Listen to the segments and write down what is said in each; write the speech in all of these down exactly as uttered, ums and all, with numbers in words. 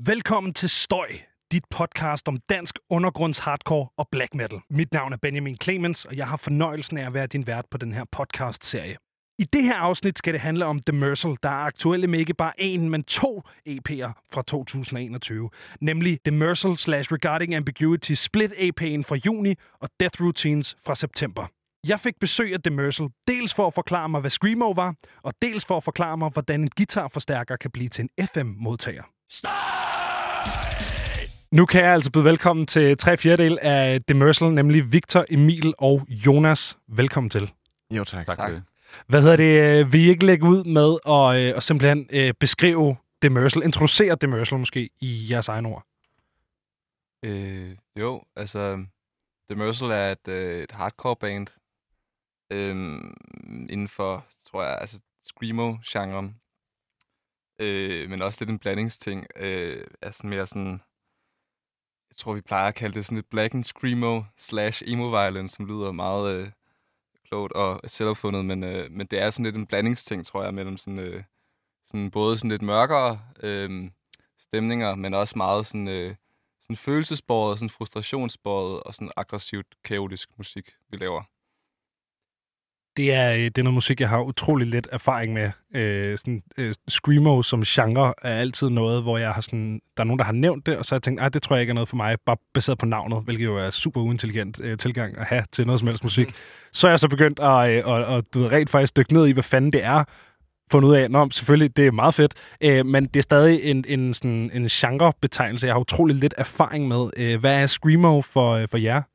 Velkommen til Støj, dit podcast om dansk undergrunds hardcore og black metal. Mit navn er Benjamin Clemens, og jeg har fornøjelsen af at være din vært på den her podcast-serie. I det her afsnit skal det handle om Demersal, der er aktuelle med ikke bare én, men to E P'er fra to tusind og enogtyve. Nemlig Demersal slash Regarding Ambiguity Split E P'en fra juni og Death Routines fra september. Jeg fik besøg af Demersal, dels for at forklare mig, hvad Screamo var, og dels for at forklare mig, hvordan en guitarforstærker kan blive til en F M-modtager. Nu kan jeg altså byde velkommen til tre fjerdedel af Demersal, nemlig Victor, Emil og Jonas. Velkommen til. Jo, tak. Tak. tak. Hvad hedder det? Vil I ikke lægge ud med at, at simpelthen øh, beskrive Demersal, introducere Demersal måske i jeres egen ord? Øh, jo, altså Demersal er et, øh, et hardcore band øh, inden for, tror jeg, altså screamo-genren. Øh, men også lidt en blandingsting. Øh, er sådan mere sådan, jeg tror vi plejer at kalde det sådan et black and screamo slash emo violence, som lyder meget øh, klogt og selvopfundet, men, øh, men det er sådan lidt en blandingsting, tror jeg, mellem sådan, øh, sådan både sådan lidt mørkere øh, stemninger, men også meget sådan, øh, sådan følelsesbåret, sådan frustrationsbåret og sådan aggressivt, kaotisk musik, vi laver. Det er, det er noget musik, jeg har utrolig lidt erfaring med. Øh, sådan, øh, screamo som genre er altid noget, hvor jeg har sådan, der er nogen, der har nævnt det, og så har jeg tænkt, at det tror jeg ikke er noget for mig, bare baseret på navnet, hvilket jo er super uintelligent øh, tilgang at have til noget som helst musik. Mm. Så er jeg så begyndt at, øh, og, og, du ved, rent faktisk dykke ned i, hvad fanden det er, fundet ud af, nå, selvfølgelig, det er meget fedt, øh, men det er stadig en, en, sådan, en genrebetegnelse, jeg har utrolig lidt erfaring med. Øh, hvad er screamo for, øh, for jer?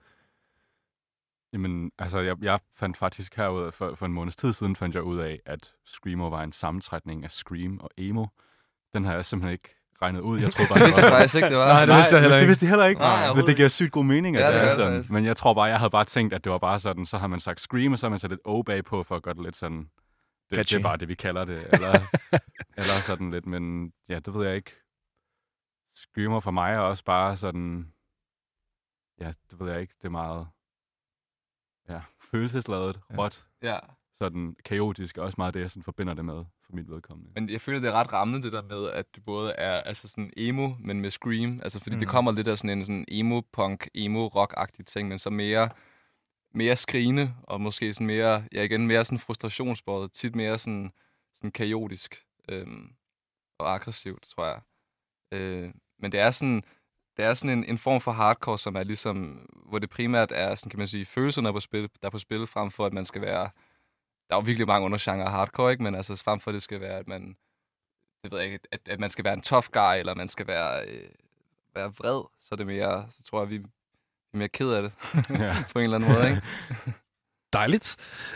Jamen, altså, jeg, jeg fandt faktisk herud for, for en måneds tid siden, fandt jeg ud af, at Screamo var en sammentrækning af Scream og Emo. Den har jeg simpelthen ikke regnet ud. Jeg troede bare, det vidste jeg faktisk ikke, det var. Nej, det vidste jeg heller ikke. Det vidste jeg heller ikke. Nej, men det giver sygt god mening, at ja, det, det er sådan. Det. Men jeg tror bare, jeg havde bare tænkt, at det var bare sådan, så har man sagt Scream, og så har man sat lidt O bag på, for at gøre det lidt sådan, det, det er bare det, vi kalder det, eller, eller sådan lidt, men ja, det ved jeg ikke. Screamo for mig er også bare sådan, ja, det ved jeg ikke, det er meget... Ja, følelsesladet, ja. Råt, ja. Sådan kaotisk, og også meget det, jeg sådan forbinder det med, for mit vedkommende. Men jeg føler, det er ret rammende, det der med, at det både er altså sådan emo, men med scream. Altså, fordi mm. det kommer lidt af sådan en sådan emo-punk, emo-rock-agtig ting, men så mere, mere skrigende, og måske sådan mere, ja igen, mere sådan frustrationsbåret, tit mere sådan, sådan kaotisk øhm, og aggressivt, tror jeg. Øh, men det er sådan... Det er sådan en, en form for hardcore, som er ligesom, hvor det primært er, sådan kan man sige, følelserne der på spil, der er på spil, frem for at man skal være, der er jo virkelig mange undergenre af hardcore, ikke? Men altså frem for at det skal være, at man, det ved jeg ikke, at, at man skal være en tough guy, eller man skal være, øh, være vred, så er det mere, så tror jeg, vi er mere ked af det, ja. På en eller anden måde, ikke? Dejligt.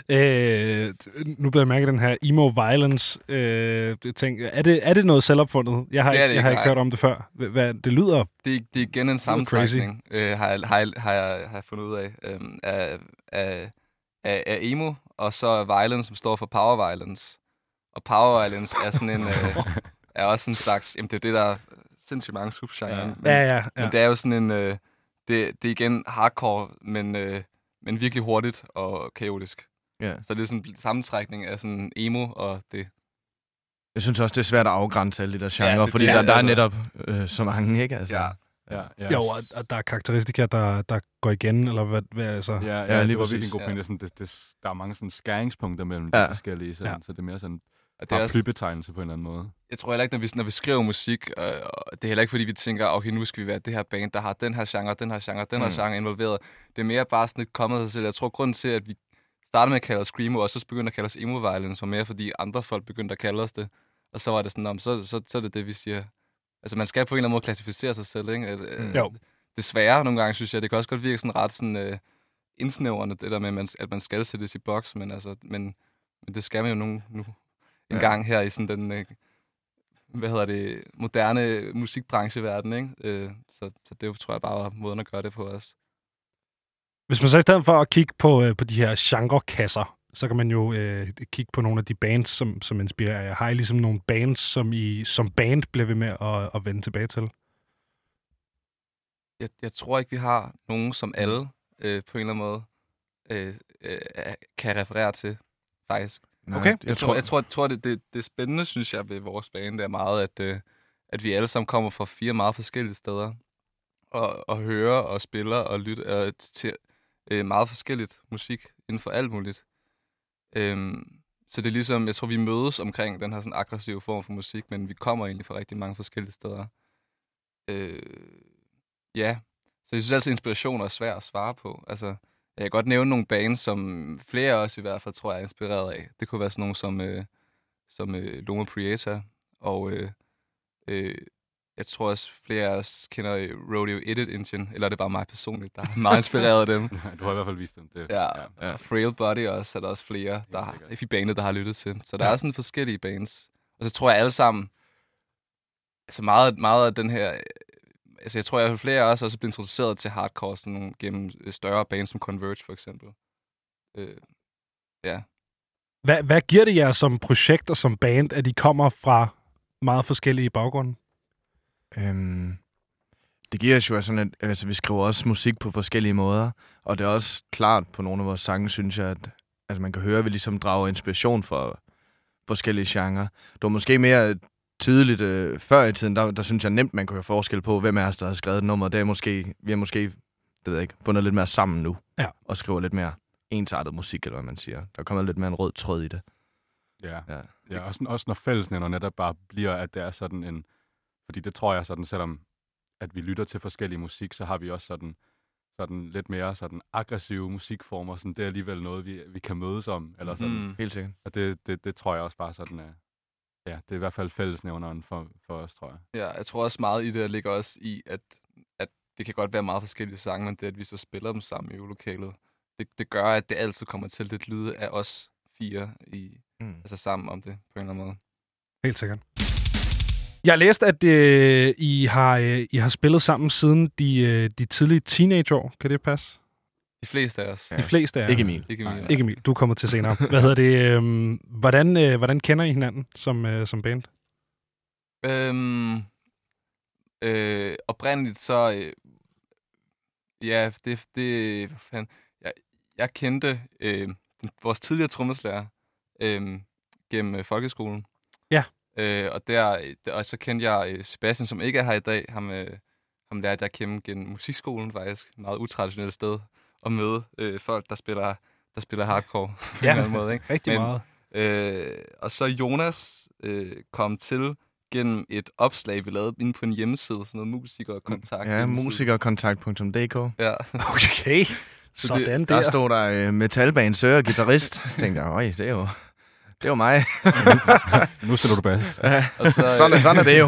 Øh, nu bliver jeg mærke den her emo-violence øh, ting. Er det, er det noget selvopfundet? Jeg har, det ikke, det jeg har ikke ikke hørt om det før. Hvad, det lyder... Det, det er igen en sammentrækning, øh, har, jeg, har, jeg, har, jeg, har jeg fundet ud af, øh, af, af, af, af emo, og så violence, som står for power violence. Og power violence er sådan en... Øh, er også en slags... Jamen, det er det, der er sindssygt mange subgenre. Ja. Men, Ja, ja, ja. men det er jo sådan en... Øh, det, det er igen hardcore, men... Øh, men virkelig hurtigt og kaotisk. Ja. Så det er sådan en sammentrækning af sådan emo og det. Jeg synes også, det er svært at afgrænse alle de der genrer, ja, det, fordi det, der, der altså. er netop øh, så mange, ikke? Altså. Ja. Ja, ja. Jo, og, og der er karakteristika, der, der går igen, eller hvad, hvad altså... Ja, ja, ja det lige var præcis. virkelig en god ja. pointe. Sådan, det, det, der er mange sådan skæringspunkter mellem ja. de forskellige, sådan, ja. Så det er mere sådan og det er også, paraplybetegnelse på en eller anden måde. Jeg tror heller ikke, når vi, når vi skriver musik, øh, det er heller ikke, fordi vi tænker, okay, nu skal vi være det her band, der har den her genre, den her genre, den her mm. genre involveret. Det er mere bare sådan lidt kommet sig selv. Jeg tror, grunden til, at vi startede med at kalde os screamo, og så begyndte at kalde os emo-violence, var mere, fordi andre folk begyndte at kalde os det. Og så var det sådan, så, så, så er det det, vi siger. Altså, man skal på en eller anden måde klassificere sig selv, ikke? Mm. Jo. Desværre nogle gange, synes jeg, det kan også godt virke sådan ret sådan, øh, indsnævrende, det der med, at man, at man skal sættes i boks, men, altså, men, men det skal man jo nu, nu en ja. gang her i sådan den... Øh, hvad hedder det, moderne musikbrancheverden, ikke? Øh, så, så det tror jeg bare var måden at gøre det på os. Hvis man så i stedet for at kigge på, øh, på de her genrekasser, så kan man jo øh, kigge på nogle af de bands, som, som inspirerer jer. Har I ligesom nogle bands, som I som band bliver ved med at, at vende tilbage til? Jeg, jeg tror ikke, vi har nogen, som alle øh, på en eller anden måde øh, øh, kan referere til, faktisk. Okay. Jeg, jeg tror, jeg tror, jeg tror det, det, det spændende, synes jeg, ved vores band, det er meget, at, øh, at vi alle sammen kommer fra fire meget forskellige steder, og, og hører og spiller og lytter øh, til øh, meget forskelligt musik inden for alt muligt. Øhm, så det er ligesom, jeg tror, vi mødes omkring den her sådan aggressive form for musik, men vi kommer egentlig fra rigtig mange forskellige steder. Øh, ja, så jeg synes altid, inspiration er svært at svare på. Altså, jeg kan godt nævne nogle bands, som flere af os i hvert fald tror jeg er inspireret af. Det kunne være sådan nogle som, øh, som øh, Loma Prieta, og øh, øh, jeg tror også flere af os kender Rodeo Edit Engine, eller er det bare mig personligt, der er meget inspireret af dem. Du har i hvert fald vist dem. Det. Ja, ja. Og Frail Body også, er der også flere, der har, i bandet, der har lyttet til. Så der ja. er sådan forskellige bands. Og så tror jeg alle sammen, altså meget, meget af den her, altså jeg tror, jeg flere af os også er blevet introduceret til hardcore sådan gennem større bands som Converge for eksempel. Øh, ja. Hvad, hvad giver det jer som projekt og som band, at I kommer fra meget forskellige baggrunde? Øhm, det giver os jo sådan, at altså, vi skriver også musik på forskellige måder, og det er også klart på nogle af vores sange, synes jeg, at altså, man kan høre, at vi ligesom drager inspiration fra forskellige genrer. Det var måske mere tydeligt øh, før i tiden, der, der synes jeg nemt, man kan høre forskel på, hvem er os, der har skrevet et nummer. Det er måske, vi har måske, det ved jeg ikke, fundet lidt mere sammen nu, ja. og skriver lidt mere ensartet musik, eller hvad man siger. Der kommer lidt mere en rød tråd i det. Ja, ja. ja også, også når fællesnævner netop bare bliver, at det er sådan en, fordi det tror jeg sådan, selvom at vi lytter til forskellige musik, så har vi også sådan, sådan lidt mere sådan aggressive musikformer, sådan det er alligevel noget, vi, vi kan mødes om, eller sådan. Mm, helt sikkert. Og det, det, det tror jeg også bare sådan er, ja, det er i hvert fald fællesnævneren for, for os, tror jeg. Ja, jeg tror også meget i det, ligger også i, at, at det kan godt være meget forskellige sange, men det, at vi så spiller dem sammen i øvelokalet, det, det gør, at det altid kommer til lidt lyde af os fire i, mm. altså sammen om det, på en eller anden måde. Helt sikkert. Jeg har læst, at øh, I, har, øh, I har spillet sammen siden de, øh, de tidlige teenageår. Kan det passe? De fleste af os. De fleste af Ikke Emil. Ikke Emil. Nej, ikke Emil. Du kommer til senere. Hvad hedder det? Øh, hvordan, øh, hvordan kender I hinanden som, øh, som band? Øhm, øh, oprindeligt så... Øh, ja, det... det hvad fanden, jeg, jeg kendte øh, vores tidligere trommeslager øh, gennem øh, folkeskolen. Ja. Øh, og, der, der, og så kendte jeg øh, Sebastian, som ikke er her i dag. Ham, øh, ham der, der kæmpe gennem musikskolen, faktisk. Et meget utraditionelt sted at møde øh, folk, der spiller, der spiller hardcore på ja, en eller anden måde. Ikke? Rigtig Men, meget. Øh, og så Jonas øh, kom til gennem et opslag, vi lavede inde på en hjemmeside, sådan noget musikerkontakt. Ja, musikerkontakt punktum d k. Ja. Okay, sådan det, der. Der stod der uh, metalband søger guitarist. Så tænkte jeg, øj, det er jo... Det var mig. Nu skal du bas. Ja, og så, sådan, er, sådan er det jo.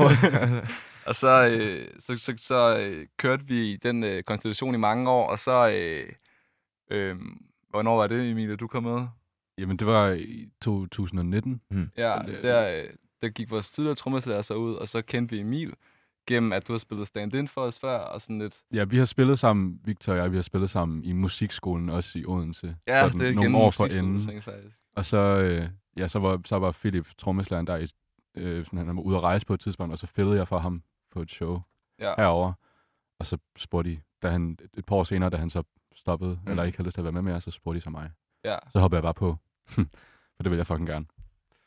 Og så, øh, så, så, så øh, kørte vi i den øh, konstellation i mange år, og så... Øh, øh, hvornår var det, Emilie, du kom med? Jamen, det var i to tusind nitten. Hmm. Ja, der, øh, der gik vores tidligere trommeslager så ud, og så kendte vi Emil gennem, at du har spillet stand-in for os før, og sådan lidt... Ja, vi har spillet sammen, Victor og jeg, vi har spillet sammen i musikskolen, også i Odense. Ja, sådan det er nogle år for enden. faktisk. Og så, øh, ja, så var, så var Philip, trommeslæren, der i, øh, sådan, han var ude at rejse på et tidspunkt, og så fældede jeg for ham på et show ja. herovre. Og så spurgte de, da han, et par år senere, da han så stoppede, mm. eller ikke havde lyst til at være med mere, så spurgte de så mig. Ja. Så hoppede jeg bare på, for det vil jeg fucking gerne.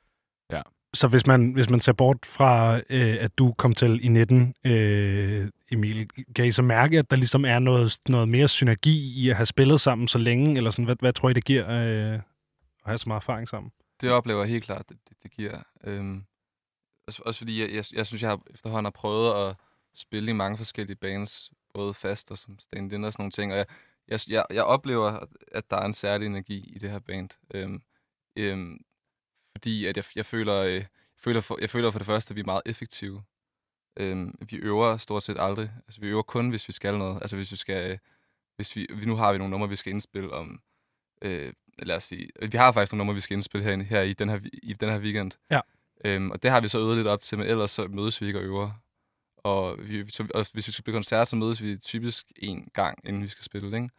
Ja. Så hvis man, hvis man ser bort fra, øh, at du kom til i nitten, øh, Emil, kan I så mærke, at der ligesom er noget, noget mere synergi i at have spillet sammen så længe? Eller sådan, hvad, hvad tror I, det giver øh, at have så meget erfaring sammen? Det oplever jeg helt klart, det, det, det giver. Øhm, også, også fordi, jeg, jeg, jeg synes, jeg har efterhånden har prøvet at spille i mange forskellige bands, både fast og som stand-in og sådan nogle ting. Og jeg, jeg, jeg, jeg oplever, at der er en særlig energi i det her band. Øhm, øhm, fordi at jeg, jeg, føler, øh, jeg, føler for, jeg føler for det første, at vi er meget effektive. Øhm, vi øver stort set aldrig. Altså, vi øver kun, hvis vi skal noget. Altså, hvis vi skal... Øh, hvis vi, nu har vi nogle numre, vi skal indspille om... Øh, lad os sige... Vi har faktisk nogle numre, vi skal indspille her, her i, den her, i den her weekend. Ja. Øhm, og det har vi så øvet lidt op til, men ellers så mødes vi ikke og øver. Og, vi, så, og hvis vi skal spille koncert, så mødes vi typisk en gang, inden vi skal spille, ikke?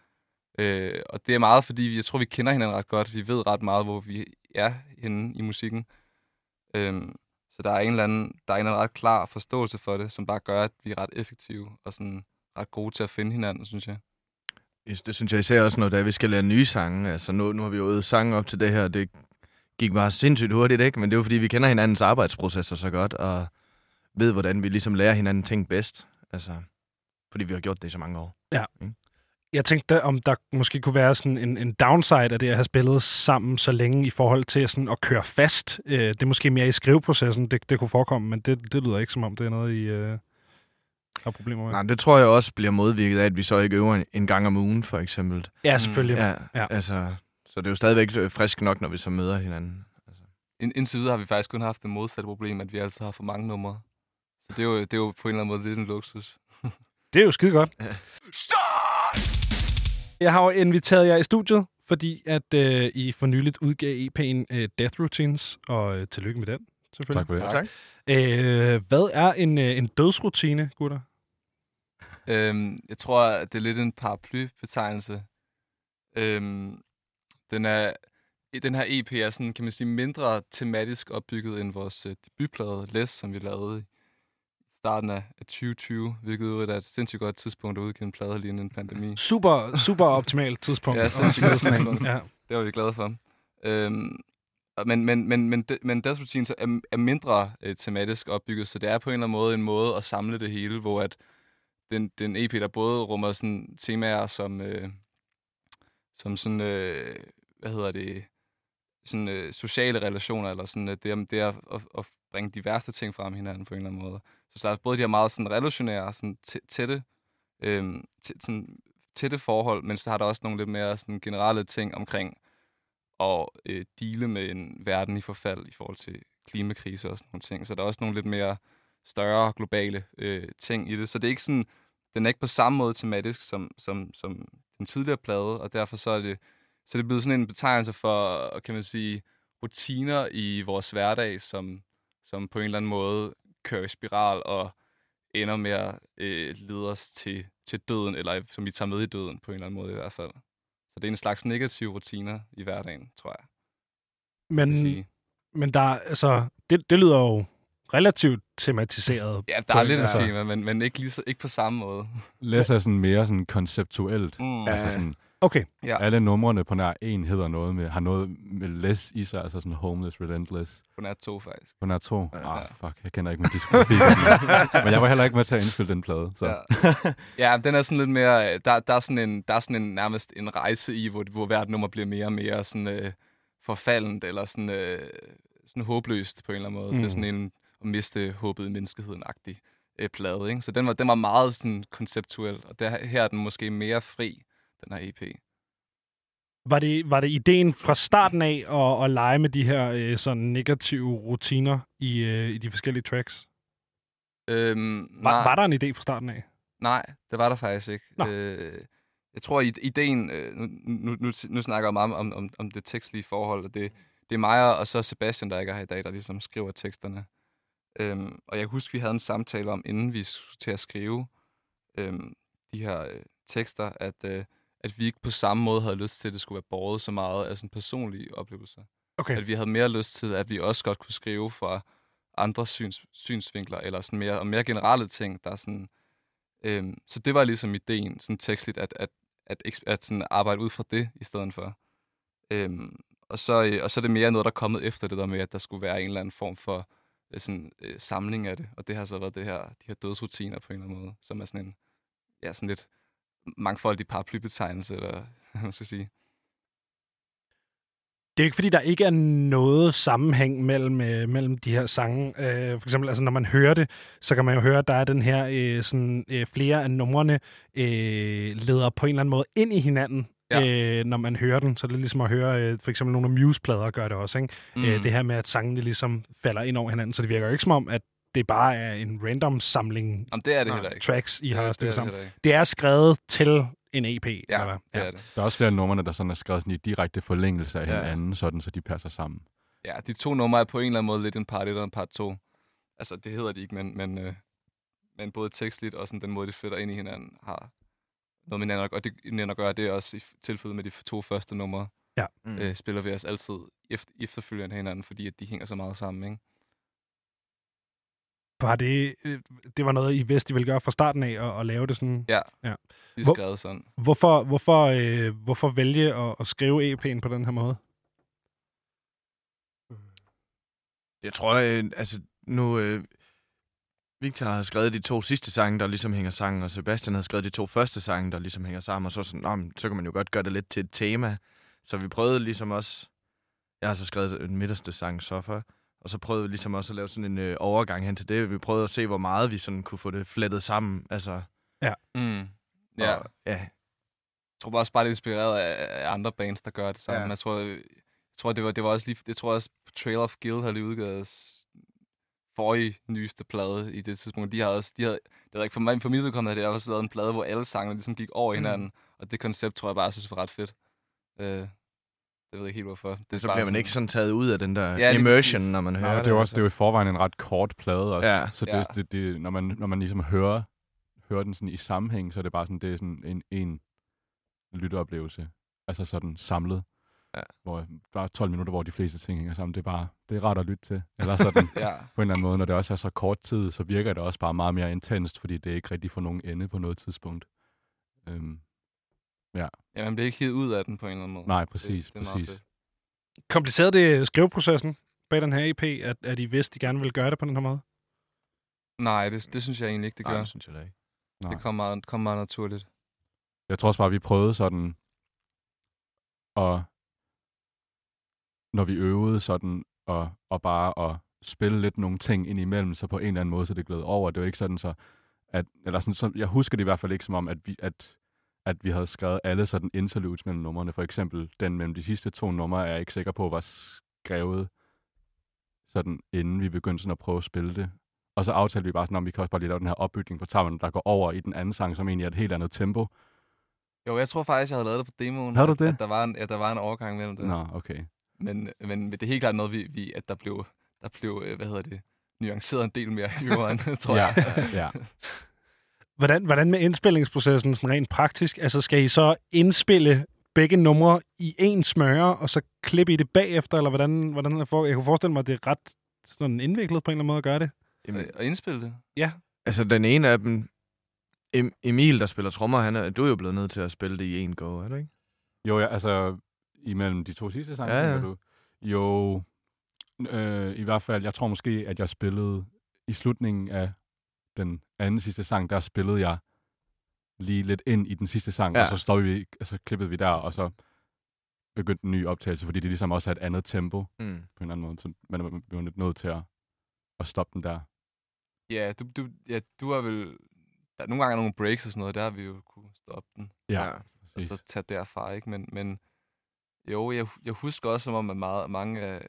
Øh, og det er meget, fordi vi, jeg tror, vi kender hinanden ret godt. Vi ved ret meget, hvor vi er henne i musikken. Øhm, så der er en eller anden, der er en eller anden ret klar forståelse for det, som bare gør, at vi er ret effektive og sådan ret gode til at finde hinanden, synes jeg. Det synes jeg især også, når da vi skal lære nye sange. Altså nu, nu har vi jo øvet sange op til det her, det gik bare sindssygt hurtigt, ikke? Men det er jo fordi, vi kender hinandens arbejdsprocesser så godt, og ved, hvordan vi ligesom lærer hinanden ting bedst. Altså, fordi vi har gjort det i så mange år. Ja. Mm. Jeg tænkte, om der måske kunne være sådan en, en downside af det at have spillet sammen så længe i forhold til sådan at køre fast. Øh, det er måske mere i skriveprocessen, det, det kunne forekomme, men det, det lyder ikke som om, det er noget, I øh, har problemer med. Nej, det tror jeg også bliver modvirket af, at vi så ikke øver en, en gang om ugen, for eksempel. Ja, selvfølgelig. Ja, ja. Altså, så det er jo stadigvæk frisk nok, når vi så møder hinanden. Altså. Ind, indtil videre har vi faktisk kun haft det modsatte problem, at vi altid har for mange numre. Så det er jo, det er jo på en eller anden måde lidt en luksus. Det er jo skide godt. Ja. Jeg har jo inviteret jer i studiet, fordi at øh, I for nyligt udgav E P'en øh, Death Routines, og øh, tillykke med den, selvfølgelig. Tak for det. Ja, tak. Øh, hvad er en, øh, en dødsrutine, gutter? Øhm, jeg tror, at det er lidt en paraplybetegnelse. Øhm, den, er, den her E P er sådan, kan man sige, mindre tematisk opbygget end vores øh, debutplade Less, som vi lavede i starten af tyve tyve, hvilket jo er et sindssygt godt tidspunkt at udgive en plade lige inden en pandemi. Super, super optimalt tidspunkt. Ja, sindssygt godt tidspunkt. Ja. Det var vi glade for. Øhm, men, men, men, men, men Death Routines er, er mindre øh, tematisk opbygget, så det er på en eller anden måde en måde at samle det hele, hvor at den, den E P, der både rummer sådan temaer som, øh, som sådan, øh, hvad hedder det, sådan øh, sociale relationer, eller sådan, øh, det, det er at, at bringe de værste ting frem hinanden på en eller anden måde. Så der er både de her meget sådan relationære, sådan tætte, øh, sådan tætte forhold, men så har der også nogle lidt mere sådan generelle ting omkring at øh, deale med en verden i forfald i forhold til klimakrise og sådan nogle ting. Så der er også nogle lidt mere større globale øh, ting i det. Så det er ikke sådan, den er ikke på samme måde tematisk som, som, som den tidligere plade, og derfor så er det, så det er blevet sådan en betegnelse for, kan man sige, rutiner i vores hverdag, som, som på en eller anden måde kører i spiral og ender med at øh, lede os til, til døden, eller som vi tager med i døden på en eller anden måde i hvert fald. Så det er en slags negative rutiner i hverdagen, tror jeg. Men, men der, altså, det, det lyder jo relativt tematiseret. Ja, der er lidt et tema, men, men ikke, lige så, ikke på samme måde. Læs er sådan mere sådan konceptuelt. Mm. Altså sådan, okay. Ja. Alle numrene på nær en hedder noget med, har noget med less i sig, altså sådan Homeless, Relentless. På nær to, faktisk. På nær to? Ja. Ah, fuck, jeg kender ikke min diskografi. Men jeg var heller ikke med til at indspille den plade. Så. Ja. Ja, den er sådan lidt mere, der, der, er sådan en, der er sådan en nærmest en rejse i, hvor, hvor hvert nummer bliver mere og mere sådan øh, forfaldent, eller sådan, øh, sådan håbløst på en eller anden måde. Mm. Det er sådan en at miste håbet i menneskeheden-agtig øh, plade, ikke? Så den var, den var meget sådan konceptuel, og der, her er den måske mere fri, den her E P. Var det, var det ideen fra starten af at, at lege med de her øh, sådan negative rutiner i, øh, i de forskellige tracks? Øhm, var, var der en idé fra starten af? Nej, det var der faktisk ikke. Øh, jeg tror, at ideen... Øh, nu, nu, nu, nu snakker jeg meget om, om, om det tekstlige forhold, og det, det er mig og så Sebastian, der ikke er her i dag, der ligesom skriver teksterne. Øhm, og jeg husker, vi havde en samtale om, inden vi skulle til at skrive øhm, de her øh, tekster, at... Øh, at vi ikke på samme måde havde lyst til, at det skulle være båret så meget af sådan personlige oplevelser. Okay. At vi havde mere lyst til, at vi også godt kunne skrive fra andre syns, synsvinkler, eller sådan mere, og mere generelle ting, der er sådan... Øhm, så det var ligesom ideen, sådan tekstligt, at, at, at, at, at sådan arbejde ud fra det, i stedet for. Øhm, og, så, øh, og så er det mere noget, der er kommet efter det der med, at der skulle være en eller anden form for øh, sådan, øh, samling af det. Og det har så været det her, de her dødsrutiner på en eller anden måde, som er sådan en... Ja, sådan lidt... mangfoldig paraplybetegnelse, eller hvad man skal sige. Det er ikke, fordi der ikke er noget sammenhæng mellem, øh, mellem de her sange. Øh, for eksempel, altså, når man hører det, så kan man jo høre, at der er den her, øh, sådan, øh, flere af numrene øh, leder på en eller anden måde ind i hinanden, ja. øh, når man hører den. Så det er ligesom at høre, øh, for eksempel nogle af Muse-plader gør det også, ikke? Mm. Øh, det her med, at sangene ligesom falder ind over hinanden, så det virker jo ikke som om, at det bare er en random samling Jamen, det er det heller ikke. Tracks, I det, har det, stykket det sammen. Det, det er skrevet til en E P. Ja, eller hvad? det Ja. er det. Der er også flere af numrene, der sådan er skrevet sådan i direkte forlængelse af ja. hinanden, sådan, så de passer sammen. Ja, de to numre er på en eller anden måde lidt en part et og en part to. Altså, det hedder de ikke, men, men, øh, men både tekstligt og sådan den måde, de flytter ind i hinanden, har noget med hinanden at gøre. Og det hinanden at gøre, det er også i tilfælde med de to første numre. Ja. Mm. Øh, spiller vi os altid efter, efterfølgende hinanden, fordi at de hænger så meget sammen, ikke? Var det, det var noget, I vidste, I ville gøre fra starten af, at, at lave det sådan? Ja, ja. det er skrevet sådan. Hvorfor, hvorfor, øh, hvorfor vælge at, at skrive E P'en på den her måde? Jeg tror, øh, altså nu... Øh, Victor har skrevet de to sidste sange, der ligesom hænger sammen, og Sebastian har skrevet de to første sange, der ligesom hænger sammen, og så sådan, Nå, så kan man jo godt gøre det lidt til et tema. Så vi prøvede ligesom også, jeg har så skrevet en midterste sang, Soffer, og så prøvede vi ligesom også at lave sådan en øh, overgang hen til det. Vi prøvede at se, hvor meget vi sådan kunne få det flettet sammen, altså. Ja. Mm. Ja. Og, ja. Jeg tror bare også bare, det er inspireret af, af andre bands, der gør det sammen. Ja. Jeg tror, jeg tror det var, det var også lige, det tror jeg også, Trail of Guild har lige udgivet forrige nyeste plade i det tidspunkt. De har også, de havde, det var ikke for mig, for mit vedkommende, det har også lavet en plade, hvor alle sangene ligesom gik over hinanden, mm. og det koncept tror jeg bare, jeg synes var ret fedt. Uh, det ved jeg ikke helt, hvorfor. Det så bliver man sådan, ikke sådan taget ud af den der ja, immersion, når man hører ja, det. det er jo også, det er jo i forvejen en ret kort plade også. Ja. Så det, ja. det, det, når, man, når man ligesom hører, hører den sådan i sammenhæng, så er det bare sådan, det er sådan en, en lytteoplevelse. Altså sådan samlet. Ja. Hvor bare tolv minutter, hvor de fleste ting hænger sammen. Det er bare, det er rart at lytte til. Eller sådan, ja. på en eller anden måde. Når det også er så kort tid, så virker det også bare meget mere intenst, fordi det er ikke rigtig for nogen ende på noget tidspunkt. Øhm, ja. Ja, man bliver ikke hivet ud af den på en eller anden måde. Nej, præcis, det, det præcis. Kompliceret det skriveprocessen bag den her E P, at, at I vidste, de gerne ville gøre det på den her måde? Nej, det, det synes jeg egentlig ikke, det gør. Nej, det synes jeg ikke. Nej. Det kom meget, kom meget naturligt. Jeg tror også bare, at vi prøvede sådan, og når vi øvede sådan, og, og bare at spille lidt nogle ting ind imellem, så på en eller anden måde, så det gled over. Det var ikke sådan så, at, eller sådan, så, jeg husker det i hvert fald ikke som om, at vi, at, at vi havde skrevet alle sådan interludes mellem numrene. For eksempel den mellem de sidste to numre, er jeg ikke sikker på, var skrevet sådan, inden vi begyndte sådan at prøve at spille det. Og så aftalte vi bare sådan, om vi kan også bare lige lave den her opbygning på tavlen, der går over i den anden sang, som egentlig er et helt andet tempo. Jo, jeg tror faktisk, jeg havde lavet det på demoen. Havde du det? At der var en, at der var en overgang mellem det. Nå, okay. Men, men det er helt klart noget, vi, vi, at der blev, der blev, hvad hedder det, nuanceret en del mere i øveren, tror ja. jeg. ja. Hvordan, hvordan med indspillingsprocessen sådan rent praktisk? Altså skal I så indspille begge numre i en smøre, og så klippe i det bagefter, eller hvordan, hvordan er for? Jeg kunne forestille mig, at det er ret sådan indviklet på en eller anden måde at gøre det. Jamen, at indspille det? Ja. Altså den ene af dem, em- Emil, der spiller trommer, han er, du er jo blevet nødt til at spille det i en go, er du ikke? Jo, ja, altså imellem de to sidste sange, ja, ja. du. Jo, øh, i hvert fald, jeg tror måske, at jeg spillede i slutningen af den anden sidste sang, der spillede jeg lige lidt ind i den sidste sang, ja. Og så stoppede vi, og så klippede vi der, og så begyndte en ny optagelse, fordi det ligesom også er et andet tempo, mm. på en anden måde, så man blev lidt nødt til at, at stoppe den der. Ja, du, du, ja, du har vel, der, nogle gange er nogle breaks og sådan noget, der har vi jo kunne stoppe den, ja, ja. Og så tage derfra, ikke, men, men jo, jeg, jeg husker også som om, at meget, mange af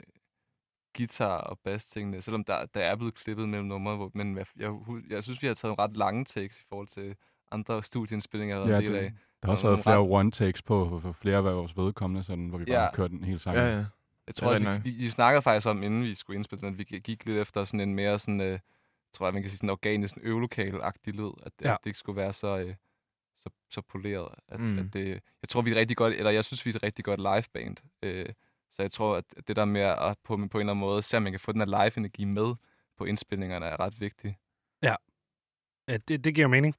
guitar- og bass-tingene, selvom der, der er blevet klippet mellem numre, hvor, men jeg, jeg, jeg synes, vi har taget ret lange takes i forhold til andre studieindspillinger, jeg har været ja, en del det, af. Der har også været flere ret... one-takes på for, for flere af vores vedkommende, sådan, hvor vi bare ja. har kørt den hele sang. Ja, ja. Jeg tror også, vi, vi, vi snakkede faktisk om, inden vi skulle indspille den, at vi gik lidt efter sådan en mere sådan, øh, tror jeg, man kan sige sådan organisk, øvelokal-agtig lyd, at, ja. at det ikke skulle være så... Øh, Så, så poleret, at, mm. at det, jeg tror, vi er rigtig godt, eller jeg synes, vi er et rigtig godt liveband. Øh, så jeg tror, at det der med at på, på en eller anden måde, se om man kan få den her live-energi med på indspilningerne, er ret vigtigt. Ja, ja det, det giver mening.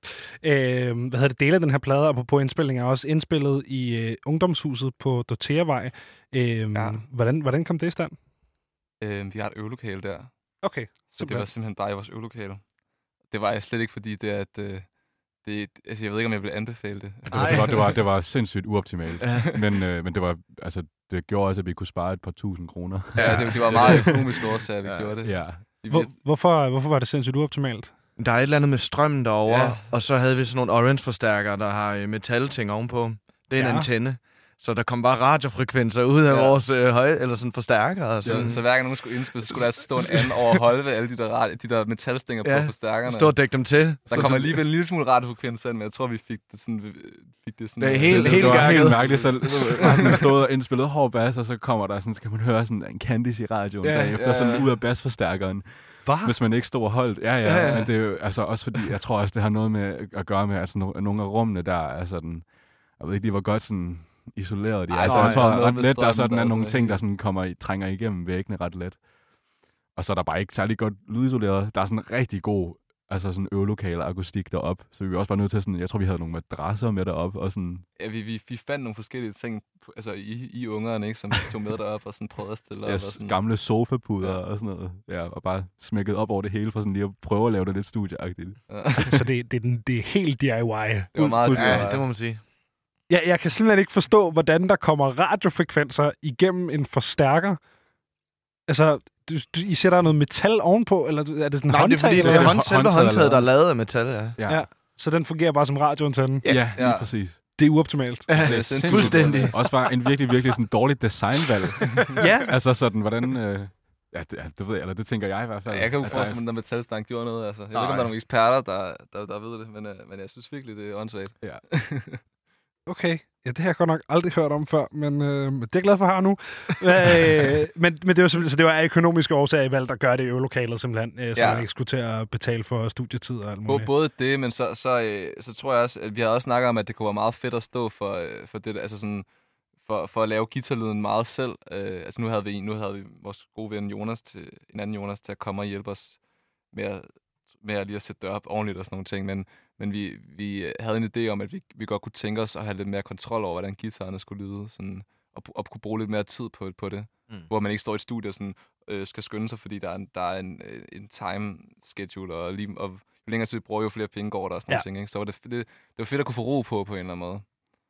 Øh, hvad hedder det, dele af den her plade, og på indspilninger er også indspillet i øh, Ungdomshuset på Dortheavej. Øh, ja. hvordan, hvordan kom det i stand? Øh, vi har et øvelokale der. Okay. Så simpelthen. Det var simpelthen bare i vores øvelokale. Det var jeg slet ikke, fordi det er at øh, Det, altså, jeg ved ikke, om jeg vil anbefale det. Det var, det var, det var, det var sindssygt uoptimalt. men, øh, men det var, altså, det gjorde også, at vi kunne spare et par tusind kroner. Ja, det, det var meget økonomisk årsag, at vi ja. gjorde det. Ja. Hvor, hvorfor, hvorfor var det sindssygt uoptimalt? Der er et eller andet med strømmen derovre, ja. Og så havde vi sådan nogle orange-forstærkere, der har metalting ovenpå. Det er en ja. antenne. Så der kom bare radiofrekvenser ud af ja. vores øh, høje, eller sådan forstærkere. Sådan. Ja, så hver gang nogen skulle indspille, så skulle der altså stå en anden over holde alle de der, radio, de der metalstænger ja, på forstærkerne. Stå og dække dem til. Der kom alligevel en lille smule radiofrekvenser, men jeg tror, vi fik det sådan... Fik det sådan det er helt, helt, det var helt mærkeligt. Så var sådan stået og indspillet hård bass, og så kommer der sådan, skal man høre sådan en Candice i radioen ja, bagefter, ja. sådan ud af bassforstærkeren. Hva? Hvis man ikke stod og holdt. Ja, ja, ja, ja. Men det er jo altså også fordi, jeg tror også, det har noget med at gøre med, altså no- nogle af rummene der er sådan... Jeg ved ikke, de var godt sådan... isoleret de. Ej, altså, jeg tror ret let, der er sådan der nogle ting, der sådan kommer i, trænger igennem væggene ret let. Og så er der bare ikke særlig godt lydisoleret. Der er sådan en rigtig god altså sådan øvelokale akustik derop. Så vi var også bare nødt til sådan, jeg tror, vi havde nogle madrasser med derop og sådan. Ja, vi, vi, vi fandt nogle forskellige ting, altså i, i ungerne, ikke, som vi tog med derop og sådan prøvede at stille op. Ja, og sådan. Gamle sofapuder Ja. og sådan noget. Ja, og bare smækket op over det hele for sådan lige at prøve at lave det lidt studieagtigt. Ja. Så, så det, det, er den, det er helt D I Y. Det var meget Fuldstændig. Ja, det må man sige. Ja, jeg kan simpelthen ikke forstå, hvordan der kommer radiofrekvenser igennem en forstærker. Altså, du, du, I sætter noget metal ovenpå, eller er det sådan en Nej, det er håndtag? fordi, det eller er hvad? hånd, selve håndtaget er håndtaget, der er lavet. lavet af metal, ja. Ja, Ja. Så den fungerer bare som radioantenne. ja, ja lige Ja. præcis. Det er uoptimalt. Det er sindssygt. Fuldstændig. Også bare en virkelig, virkelig sådan dårligt designvalg. Ja. Altså sådan, hvordan... Øh, ja, det, ja, det ved jeg, eller det tænker jeg i hvert fald. Ja, jeg kan jo at der forestille er- mig, at den der metalstang gjorde noget. Altså. Jeg ved Nej. ikke, om der er nogle eksperter, der, der, der ved det, men, uh, men jeg synes virkelig, det er åndssvagt. Ja. Okay. Ja, det har jeg godt nok aldrig hørt om før, men øh, det er jeg glad for at have nu. øh, men, men det var simpelthen, så det var af økonomiske årsager, I valgte at gøre det i øvelokalet simpelthen, øh, så Ja. man ikke skulle til at betale for studietid og alt Bo- muligt. Både det, men så, så, øh, så tror jeg også, at vi har også snakket om, at det kunne være meget fedt at stå for, øh, for det, altså sådan, for, for at lave guitarlyden meget selv. Øh, altså nu havde vi nu havde vi vores gode ven Jonas til, en anden Jonas til at komme og hjælpe os med at, med at lige at sætte det op ordentligt og sådan nogle ting, men, men vi, vi havde en idé om, at vi, vi godt kunne tænke os at have lidt mere kontrol over, hvordan guitarerne skulle lyde, sådan, og, og kunne bruge lidt mere tid på, på det, Mm. hvor man ikke står i et studie og sådan, øh, skal skynde sig, fordi der er en, der er en, øh, en time schedule, og, lige, og jo længere tid vi bruger, jo flere penge går der og sådan Ja. noget ting, ikke? Så var det, det, det var fedt at kunne få ro på, på en eller anden måde.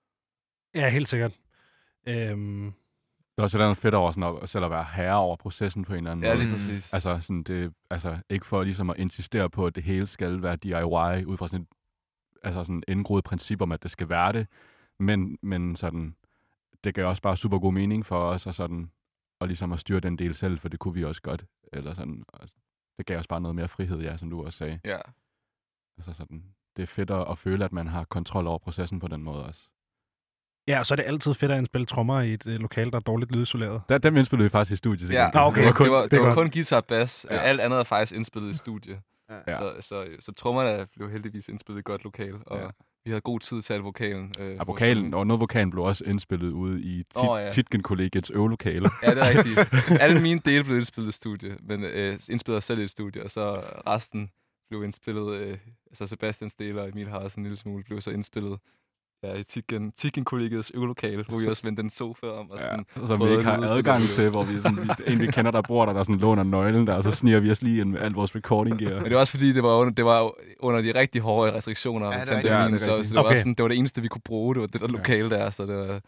Ja, helt sikkert. Øhm, Det er også et eller andet fedt over sådan at, selv at være herre over processen på en eller anden Ja, måde. lige Mm. præcis. Altså, sådan det, altså ikke for ligesom at insistere på, at det hele skal være D I Y, ud fra sådan et altså sådan indgroet princip om, at det skal være det. Men, men sådan, det gav også bare super god mening for os, og sådan, og ligesom at styre den del selv, for det kunne vi også godt. Eller sådan, altså, det gav os bare noget mere frihed, ja, som du også sagde. Ja. Altså sådan, det er fedt at, at føle, at man har kontrol over processen på den måde også. ja, og så er det altid fedt at indspille trommer i et øh, lokale, der er dårligt lydisoleret. Der, dem indspillede vi faktisk i studiet. til Ja, gengæld. Nå, okay. det var, kun, det var, det er var godt. kun guitar og bass. Ja. Ja. Alt andet er faktisk indspillet i studie. Ja. Så, så, så trommerne blev heldigvis indspillet i et godt lokal, og Ja. vi havde god tid til al vokalen. Øh, Ja, hvor vokalen, sådan- og noget vokalen blev også indspillet ude i tit, Åh, oh, ja. ja. Titgen-kollegiets øvelokale. Ja, det er rigtigt. Alle mine dele blev indspillet i studie, men øh, indspillet os selv i et studie, og så resten blev indspillet, øh, altså Sebastians dele og Emil har også en lille smule, blev så indspillet ja, i Titgen, Titgen-kollegiets øvelokale, hvor vi også vendte den sofa om, og sådan, Ja, som vi prøvede ikke at har udstille adgang det. til, hvor vi sådan, en vi kender, der bor der, der sådan låner nøglen der, og så sniger vi os lige ind med alt vores recording gear. Men det var også fordi, det var under, det var under de rigtig hårde restriktioner Ja, ja, det det er pandemien, rigtigt. så, Ja, det er så det var, rigtigt. også sådan, det var det eneste, vi kunne bruge, det var det der lokale der, så det var...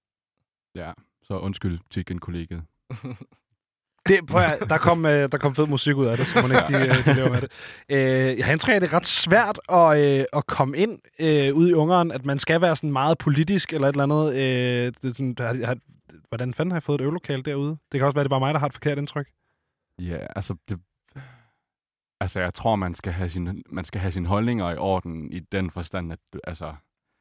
Ja, så undskyld Titgen-kollegiet. Det, prøv at, der, kom, øh, der kom fed musik ud af det, så man ikke de, øh, de laver med det. Øh, jeg har indtryk af, at det er ret svært at, øh, at komme ind øh, ude i Ungarn, at man skal være sådan meget politisk eller et eller andet. Øh, det er sådan, har, har, hvordan fanden har jeg fået et øvelokale derude? Det kan også være, det er bare mig, der har et forkert indtryk. Ja, altså, det, altså jeg tror, man skal have sin, man skal have sine holdninger i orden i den forstand, at altså,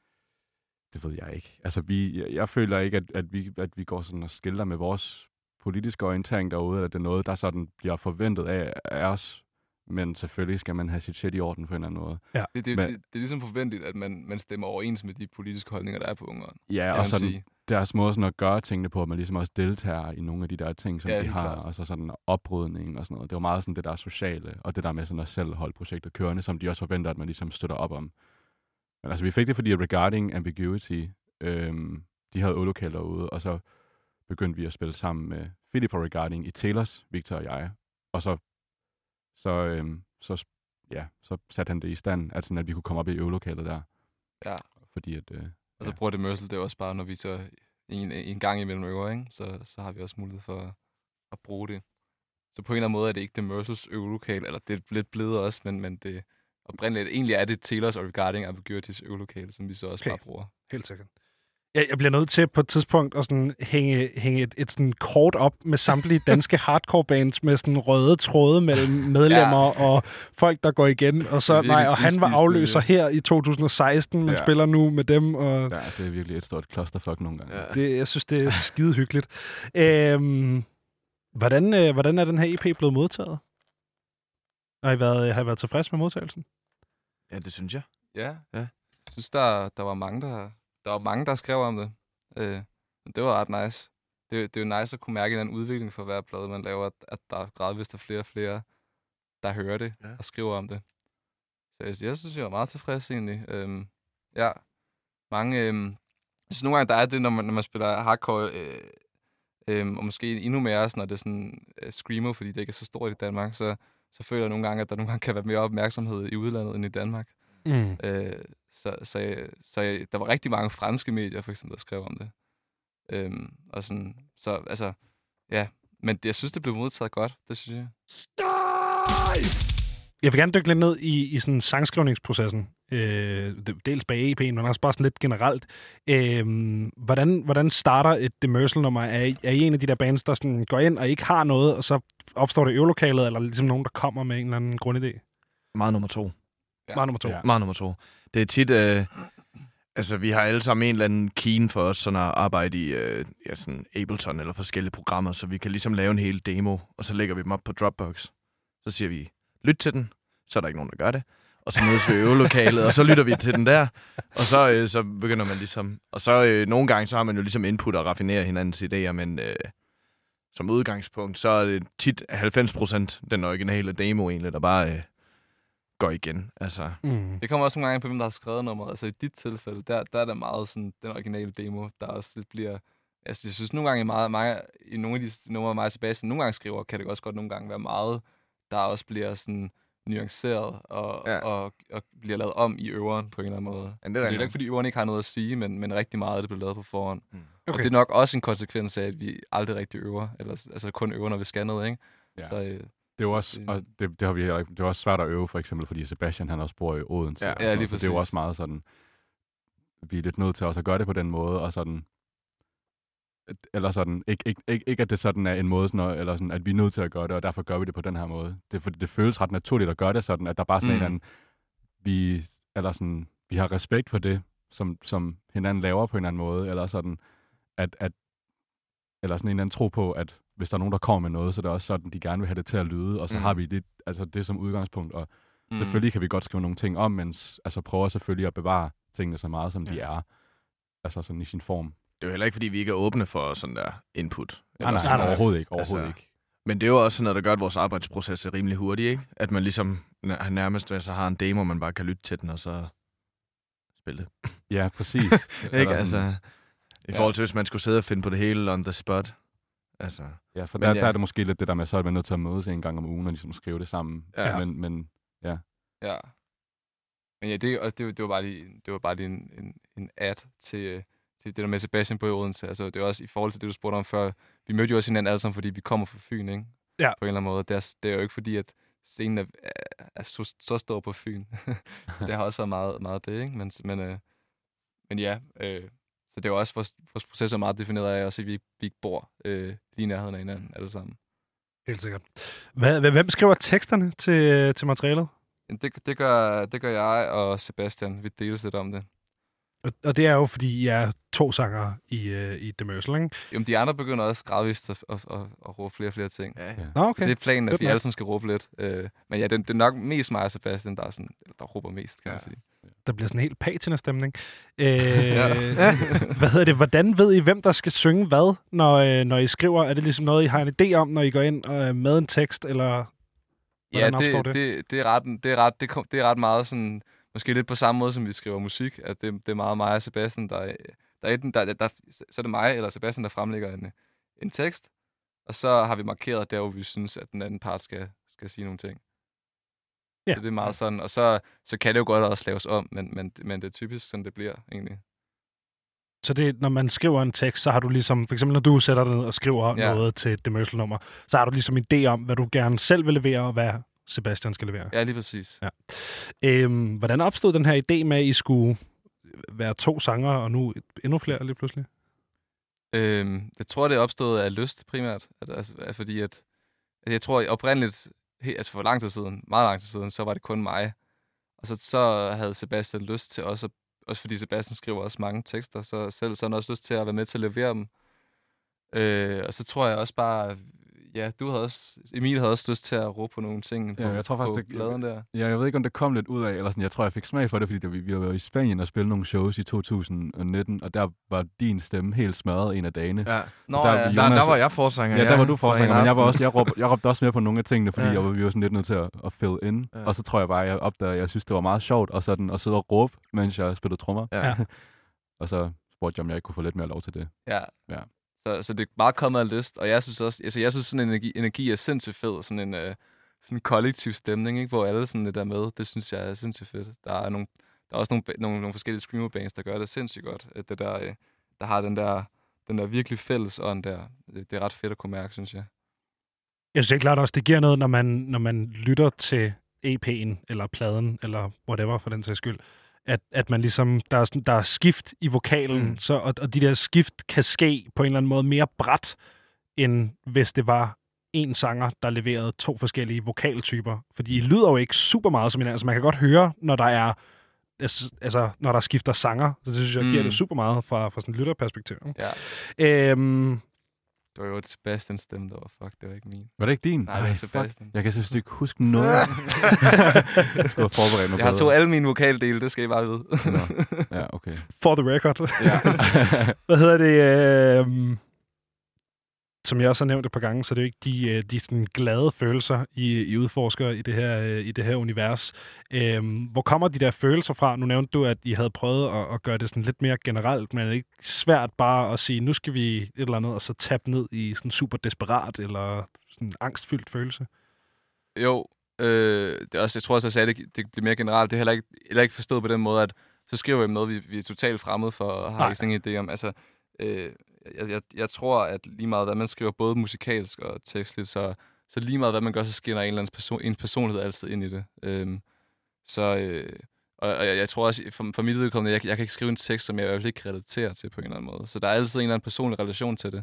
det ved jeg ikke. Altså, vi, jeg, jeg føler ikke, at, at, vi, at vi går sådan og skilter med vores politiske orientering derude, eller det er noget, der sådan bliver forventet af, af os. Men selvfølgelig skal man have sit shit i orden på en eller anden måde. Det, det, Men- det, det er ligesom forventeligt, at man, man stemmer overens med de politiske holdninger, der er på Ungarn. Ja, kan og man sådan sige. deres måde sådan at gøre tingene på, at man ligesom også deltager i nogle af de der ting, som Ja, de helt har, klart. og så sådan oprydning og sådan noget. Det var meget sådan det der sociale, og det der med sådan at selv holde projektet kørende, som de også forventer, at man ligesom støtter op om. Men altså, vi fik det, fordi Regarding Ambiguity, øhm, de havde øvelokaler derude, og så begyndte vi at spille sammen med Philip og Regarding i Taylors, Victor og jeg. Og så, så, øhm, så, ja, så satte han det i stand, at, sådan, at vi kunne komme op i øvelokalet der. Ja. Fordi at, øh, Og så Ja. bruger det Mercel, det er også bare, når vi så en, en gang imellem øver, ikke? Så, så har vi også mulighed for at bruge det. Så på en eller anden måde er det ikke det Mercels øvelokal, eller det er lidt blevet også, men, men det oprindeligt, egentlig er det Taylors og Regarding Ambiguity's øvelokal, som vi så også Okay. bare bruger. Helt sikkert. Jeg, jeg bliver nødt til på et tidspunkt at sådan hænge, hænge et, et sådan kort op med samtlige danske hardcore bands med sådan røde tråde mellem medlemmer ja. og folk, der går igen. Og så, Det er nej, virkelig og han var udspiseligt, afløser ja. her i to tusind og seksten, men Ja. spiller nu med dem. Og ja, det er virkelig et stort clusterfuck nogle gange. Ja. det, jeg synes, det er skide hyggeligt. Øhm, hvordan, øh, hvordan er den her E P blevet modtaget? Har I været, har I været tilfreds med modtagelsen? Ja, det synes jeg. Ja. Ja. Jeg synes, der, der var mange, der, der var mange, der skrev om det. Øh, men det var ret nice. Det, det er jo nice at kunne mærke den udvikling for hver plade, man laver, at, at der gradvist er flere og flere, der hører det Ja. og skriver om det. Så jeg, jeg synes, jeg var meget tilfreds egentlig. Øhm, ja, mange... Øhm, jeg synes nogle gange, der er det, når man, når man spiller hardcore, øh, øh, og måske endnu mere også, når det er sådan øh, screamo, fordi det ikke er så stort i Danmark, så, så føler jeg nogle gange, at der nogle gange kan være mere opmærksomhed i udlandet end i Danmark. Mm. Øh, så så, jeg, så jeg, der var rigtig mange franske medier, for eksempel, der skrev om det. Øhm, og sådan, så altså, ja. Men jeg synes, det blev modtaget godt, det synes jeg. Jeg vil gerne dykke lidt ned i, i sådan sangskrivningsprocessen. Øh, dels bag E P'en, men også bare sådan lidt generelt. Øh, hvordan, hvordan starter et Demersal-nummer? Er I, er I en af de der bands, der sådan går ind og ikke har noget, og så opstår det i øvelokalet, eller ligesom nogen, der kommer med en eller anden grundidé? Meget nummer to. Ja. Meget nummer to. Ja. Meget nummer to. Det er tit... Øh, altså, vi har alle sammen en eller anden keen for os, sådan at arbejde i øh, ja, sådan Ableton eller forskellige programmer, så vi kan ligesom lave en hel demo, og så lægger vi dem op på Dropbox. Så siger vi, lyt til den, så er der ikke nogen, der gør det. Og så mødes vi i øvelokalet, og så lytter vi til den der, og så, øh, så begynder man ligesom... Og så øh, nogle gange, så har man jo ligesom input og raffinerer hinandens idéer, men øh, som udgangspunkt, så er det tit halvfems procent den originale demo egentlig, der bare øh, går igen. Altså. Mm. Det kommer også nogle gange på, hvem der har skrevet nummeret. Altså i dit tilfælde, der, der er der meget sådan den originale demo, der også lidt bliver... Altså jeg synes nogle gange, meget, meget, i nogle af de numre, mig og Sebastian nogle gange skriver, kan det også godt nogle gange være meget, der også bliver sådan... nuanceret og, ja. og, og bliver lavet om i øveren på en eller anden måde. Ja, det, er det er ikke, fordi øveren ikke har noget at sige, men, men rigtig meget af det bliver lavet på forhånd. Mm. Okay. Og det er nok også en konsekvens af, at vi aldrig rigtig øver, eller altså kun øver, når vi skal noget, ikke? Ja. Så, øh, det er jo også, og det, det har vi det er også svært at øve, for eksempel, fordi Sebastian, han også bor i Odense. Ja, ja, lige præcis. Det er jo også meget sådan, vi er lidt nødt til også at gøre det på den måde, og sådan, eller sådan, ikke, ikke, ikke, ikke at det sådan er en måde, sådan, eller sådan, at vi er nødt til at gøre det, og derfor gør vi det på den her måde. Det, for det føles ret naturligt at gøre det sådan, at der bare sådan mm. en eller anden, vi, eller sådan, vi har respekt for det, som, som hinanden laver på en eller anden måde, eller sådan, at, at, eller sådan en eller anden tro på, at hvis der er nogen, der kommer med noget, så er det også sådan, de gerne vil have det til at lyde, og så mm. har vi det, altså det som udgangspunkt, og mm. selvfølgelig kan vi godt skrive nogle ting om, men altså prøver selvfølgelig at bevare tingene så meget, som ja. de er, altså sådan i sin form. Det er jo heller ikke, fordi vi ikke er åbne for sådan der input. Nej, nej, nej, nej, overhovedet ikke. Overhovedet altså, ikke. Men det er jo også sådan noget, der gør, at vores arbejdsproces er rimelig hurtig, ikke? At man ligesom nærmest altså, har en demo, man bare kan lytte til den, og så spille det. Ja, præcis. Ikke? Altså, i forhold til, hvis man skulle sidde og finde på det hele on the spot. Altså, ja, for der, ja. der er det måske lidt det der med, så er man nødt til at mødes en gang om ugen, og ligesom skrive det sammen. Ja. Men, men ja. Ja. Men ja, det, det, det var bare lige, det var bare lige en, en, en ad til... det der med Sebastian på i Odense. Altså, det er også i forhold til det, du spurgte om før. Vi mødte jo også hinanden alle sammen, fordi vi kommer fra Fyn, ikke? Ja. På en eller anden måde. Det er, det er jo ikke fordi, at scenen er, er, er så, så stor på Fyn. Det har også været meget, meget det, ikke? Men, men, øh, men ja, øh, så det er jo også, vores, vores proces er meget defineret af, også, at vi, vi ikke bor øh, lige i nærheden af hinanden alle sammen. Helt sikkert. Hvad, hvem skriver teksterne til, til materialet? Det, det, gør, det gør jeg og Sebastian. Vi deles lidt om det. Og det er jo, fordi I er to sangere i, uh, i Demersal, ikke? Jamen, de andre begynder også gradvist at, at, at, at råbe flere og flere ting. Ja, ja. Nå, okay. Det er planen, at Godt vi nok. alle sammen skal råbe lidt. Uh, men ja, det, det er nok mest mig og Sebastian, der, er sådan, der råber mest, kan ja. man sige. Der bliver sådan en helt patina-stemning. Øh, hvad hedder det? Hvordan ved I, hvem der skal synge hvad, når, når I skriver? Er det ligesom noget, I har en idé om, når I går ind og med en tekst, eller hvordan ja, opstår det? det? det, det, er ret, det, er ret, det, det er ret meget sådan... Måske lidt på samme måde, som vi skriver musik, at det, det er meget mig og Sebastian, der, der, er, der, der, der så er det mig eller Sebastian, der fremlægger en, en tekst, og så har vi markeret der, hvor vi synes, at den anden part skal, skal sige nogle ting. Ja. Så det er meget sådan, og så, så kan det jo godt også laves om, men, men, men det er typisk sådan, det bliver egentlig. Så det, når man skriver en tekst, så har du ligesom, for eksempel når du sætter dig ned og skriver ja. noget til et Demersal-nummer, så har du ligesom en idé om, hvad du gerne selv vil levere, og hvad Sebastian skal levere. Ja, lige præcis. Ja. Øhm, hvordan opstod den her idé med, at I skulle være to sangere, og nu endnu flere lige pludselig? Øhm, jeg tror, det opstod af lyst primært. At, altså, at fordi at, at jeg tror oprindeligt, altså for lang tid siden, meget lang tid siden, så var det kun mig. Og så, så havde Sebastian lyst til også, også fordi Sebastian skriver også mange tekster, så selv så han også lyst til at være med til at levere dem. Øh, og så tror jeg også bare, ja, du havde også, Emil havde også lyst til at råbe på nogle ting på, Ja, jeg tror faktisk, på det- pladen der. Ja, jeg ved ikke, om det kom lidt ud af, eller sådan, jeg tror, jeg fik smag for det, fordi det, vi, vi var i Spanien og spille nogle shows i to tusind nitten, og der var din stemme helt smadret en af dagene. Ja. Nå, der- ja. Jonas- Der, der var jeg forsanger. Ja, der var du for en forsanger, men jeg, var aften. også, jeg, råbte, jeg råbte også med på nogle af tingene, fordi Ja. jeg var, vi var sådan lidt nødt til at, at fill in. Ja. Og så tror jeg bare, jeg opdagede, at jeg synes, det var meget sjovt at, sådan, at sidde og råbe, mens jeg spillede trommer. Ja. Ja. Og så spurgte jeg, om jeg ikke kunne få lidt mere lov til det. Ja. Ja. Så, så det er meget kommet af lyst, og jeg synes også, altså jeg synes sådan en energi, energi er sindssygt fed, sådan en øh, sådan en kollektiv stemning, ikke, hvor alle sådan lidt er med. Det synes jeg er sindssygt fedt. Der er nogle, der er også nogle, nogle, nogle forskellige screamer bands, der gør det sindssygt godt. At det der, øh, der har den der, den der virkelig fælles ånd der. Det, det er ret fedt at kunne mærke, synes jeg. Jeg synes helt klart også, det giver noget, når man, når man lytter til E P'en, eller pladen, eller whatever for den sags skyld, at, at man ligesom, der er, sådan, der er skift i vokalen, mm. så, og, og de der skift kan ske på en eller anden måde mere brat, end hvis det var en sanger, der leverede to forskellige vokaltyper. Fordi I lyder jo ikke super meget som hinanden, så man kan godt høre, når der er altså, når der skifter sanger. Så det synes jeg, giver Mm. det super meget fra, fra sådan et lytterperspektiv. Ja. Øhm, Det var jo Sebastians stemme, der var fuck, det var ikke min. Var det ikke din? Nej, det var Sebastian. Jeg kan seriøst ikke huske noget. Jeg skulle have forberedt mig Jeg har bedre. to alle mine vokaldele, det skal I bare vide. Nå. Ja, okay. for the record. Ja. Hvad hedder det? Øh, som jeg også har nævnt et par gange, så det er jo ikke de, øh, de sådan glade følelser, I, I udforsker i det her, øh, i det her univers. Øh, hvor kommer de der følelser fra? Nu nævnte du, at I havde prøvet at, at gøre det sådan lidt mere generelt, men er det ikke svært bare at sige, nu skal vi et eller andet, og så tabe ned i sådan super desperat eller sådan angstfyldt følelse? Jo, øh, det er også, jeg tror også, jeg sagde, det, det bliver mere generelt. Det er heller ikke, heller ikke forstået på den måde, at så skriver vi noget, vi, vi er totalt fremmede for, og har Nej. ikke sådan en idé om. Altså, øh, jeg, jeg, jeg tror, at lige meget, hvad man skriver, både musikalsk og tekstligt, så, så lige meget, hvad man gør, så skinner en eller anden person, ens personlighed altid ind i det. Øhm, så, øh, og, og jeg, jeg tror også, for, for mit vedkommende, jeg, jeg kan ikke skrive en tekst, som jeg i hvert fald ikke kan relatere til på en eller anden måde. Så der er altid en eller anden personlig relation til det.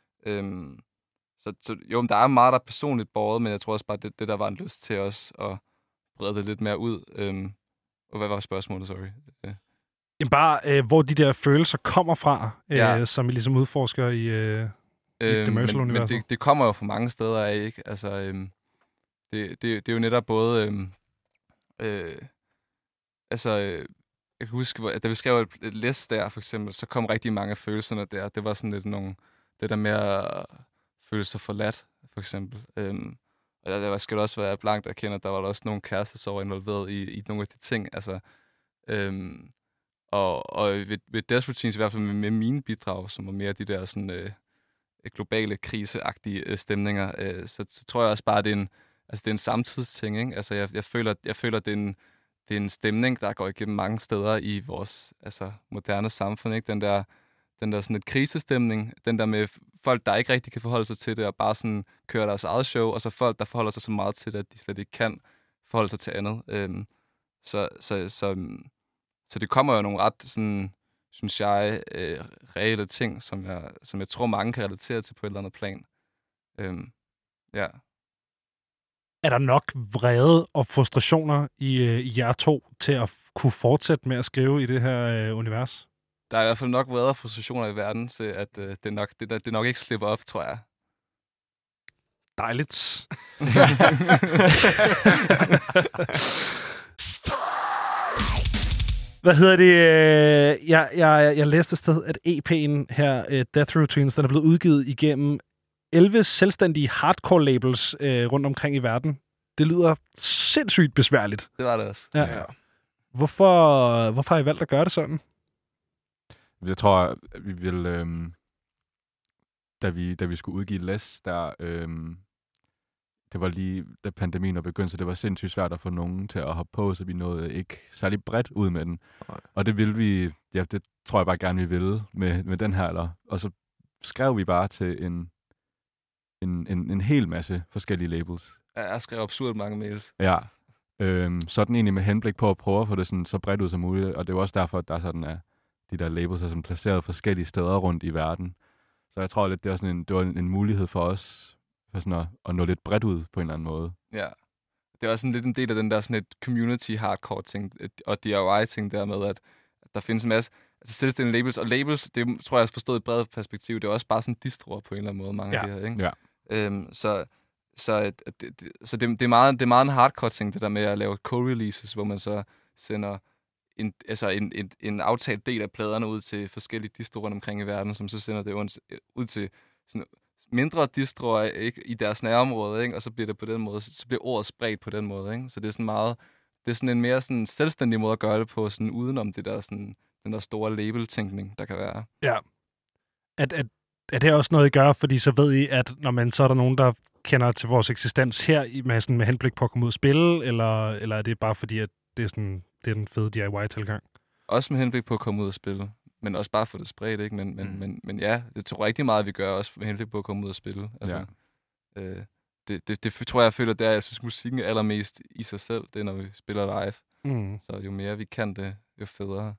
Øhm, Så, så jo, men der er meget, der er personligt båret, men jeg tror også bare, det, det der var en lyst til os at brede det lidt mere ud. Øhm, og hvad var spørgsmålet, sorry? Øh. Jamen bare, øh, hvor de der følelser kommer fra, øh, Ja. som I ligesom udforsker i... Øh, Øhm, men, men Demersal-universet. det, det kommer jo fra mange steder af, ikke? Altså, øhm, det, det, det er jo netop både... Øhm, øh, altså, øh, jeg kan huske, hvor, da vi skrev et, et læs der, for eksempel, så kom rigtig mange af følelserne der. Det var sådan lidt nogle... Det der med at føle sig forladt, for eksempel. Øhm, og der, der skal det også være blankt at erkende, at der var der også nogle kærestesorger involveret i, i nogle af de ting. Altså, øhm, og, og ved, ved Death Routines, i hvert fald med, med mine bidrag, som var mere de der sådan, øh, globale, kriseagtige øh, stemninger, øh, så, så tror jeg også bare, at det er en, altså, det er en samtidsting. Ikke? Altså, jeg, jeg føler, jeg føler at det er, en, det er en stemning, der går igennem mange steder i vores altså, moderne samfund. Ikke? Den der den der sådan et krisestemning, den der med folk, der ikke rigtig kan forholde sig til det, og bare sådan kører deres eget show, og så folk, der forholder sig så meget til det, at de slet ikke kan forholde sig til andet. Øhm, så, så, så, så det kommer jo nogle ret, sådan, synes jeg, øh, reelle ting, som jeg, som jeg tror, mange kan relatere til på et eller andet plan. Øhm, ja. Er der nok vrede og frustrationer i, øh, i jer to til at f- kunne fortsætte med at skrive i det her øh, univers? Der er i hvert fald nok vrede og frustrationer i verden, til at øh, det, nok, det, det nok ikke slipper op, tror jeg. Dejligt. Hvad hedder det? øh, Jeg, jeg, jeg læste et sted, at E P'en her, øh, Death Routines, den er blevet udgivet igennem elleve selvstændige hardcore labels øh, rundt omkring i verden. Det lyder sindssygt besværligt. Det var det også. Ja. Ja. Hvorfor, hvorfor har I valgt at gøre det sådan? Jeg tror, at vi ville... Øhm, da, vi, da vi skulle udgive Les, der... Øhm, det var lige, da pandemien var begyndt, så det var sindssygt svært at få nogen til at hoppe på, så vi nåede ikke særlig bredt ud med den. Nej. Og det ville vi... Ja, det tror jeg bare gerne, vi ville med, med den her. Eller, og så skrev vi bare til en, en, en, en hel masse forskellige labels. Jeg skrev absurd mange mails. Ja. Øhm, sådan egentlig med henblik på at prøve at få det sådan så bredt ud som muligt. Og det er jo også derfor, at der sådan er de der labels er sådan placeret forskellige steder rundt i verden. Så jeg tror lidt, det, er sådan en, det var en, en mulighed for os for sådan at, at nå lidt bredt ud på en eller anden måde. Ja. Det er også sådan lidt en del af den der sådan et community hardcore ting og D I Y ting der med, at, at der findes en masse altså selvstændige labels. Og labels, det tror jeg også forstået i et bredt perspektiv, det er også bare sådan distroer på en eller anden måde, mange ja. af de her, ikke? Ja. Øhm, så så, det, det, så det, det, er meget, det er meget en hardcore ting, det der med at lave co-releases, hvor man så sender en, altså en, en, en aftalt del af pladerne ud til forskellige distroer rundt omkring i verden, som så sender det ud til sådan mindre distroer, ikke, i deres nærområde, ikke? Og så bliver det på den måde, så bliver ordet spredt på den måde, ikke? Så det er sådan meget, det er sådan en mere sådan selvstændig måde at gøre det på, sådan udenom det der sådan, den der store label-tænkning, der kan være. Ja. At, at, er det også noget, I gør, fordi så ved I, at når man, så er der nogen, der kender til vores eksistens her, med, sådan, med henblik på at komme ud og spille, eller, eller er det bare fordi, at det er, sådan, det er den fede D I Y-tilgang? Også med henblik på at komme ud og spille, men også bare få det spredt, ikke? Men, men, mm. men, men ja, det tror jeg rigtig meget, vi gør, også med henblik på at komme ud og spille. Altså, ja. øh, det, det, det tror jeg, jeg føler, det er, jeg synes, musikken er allermest i sig selv, det er, når vi spiller live. Mm. Så jo mere vi kan det, jo federe.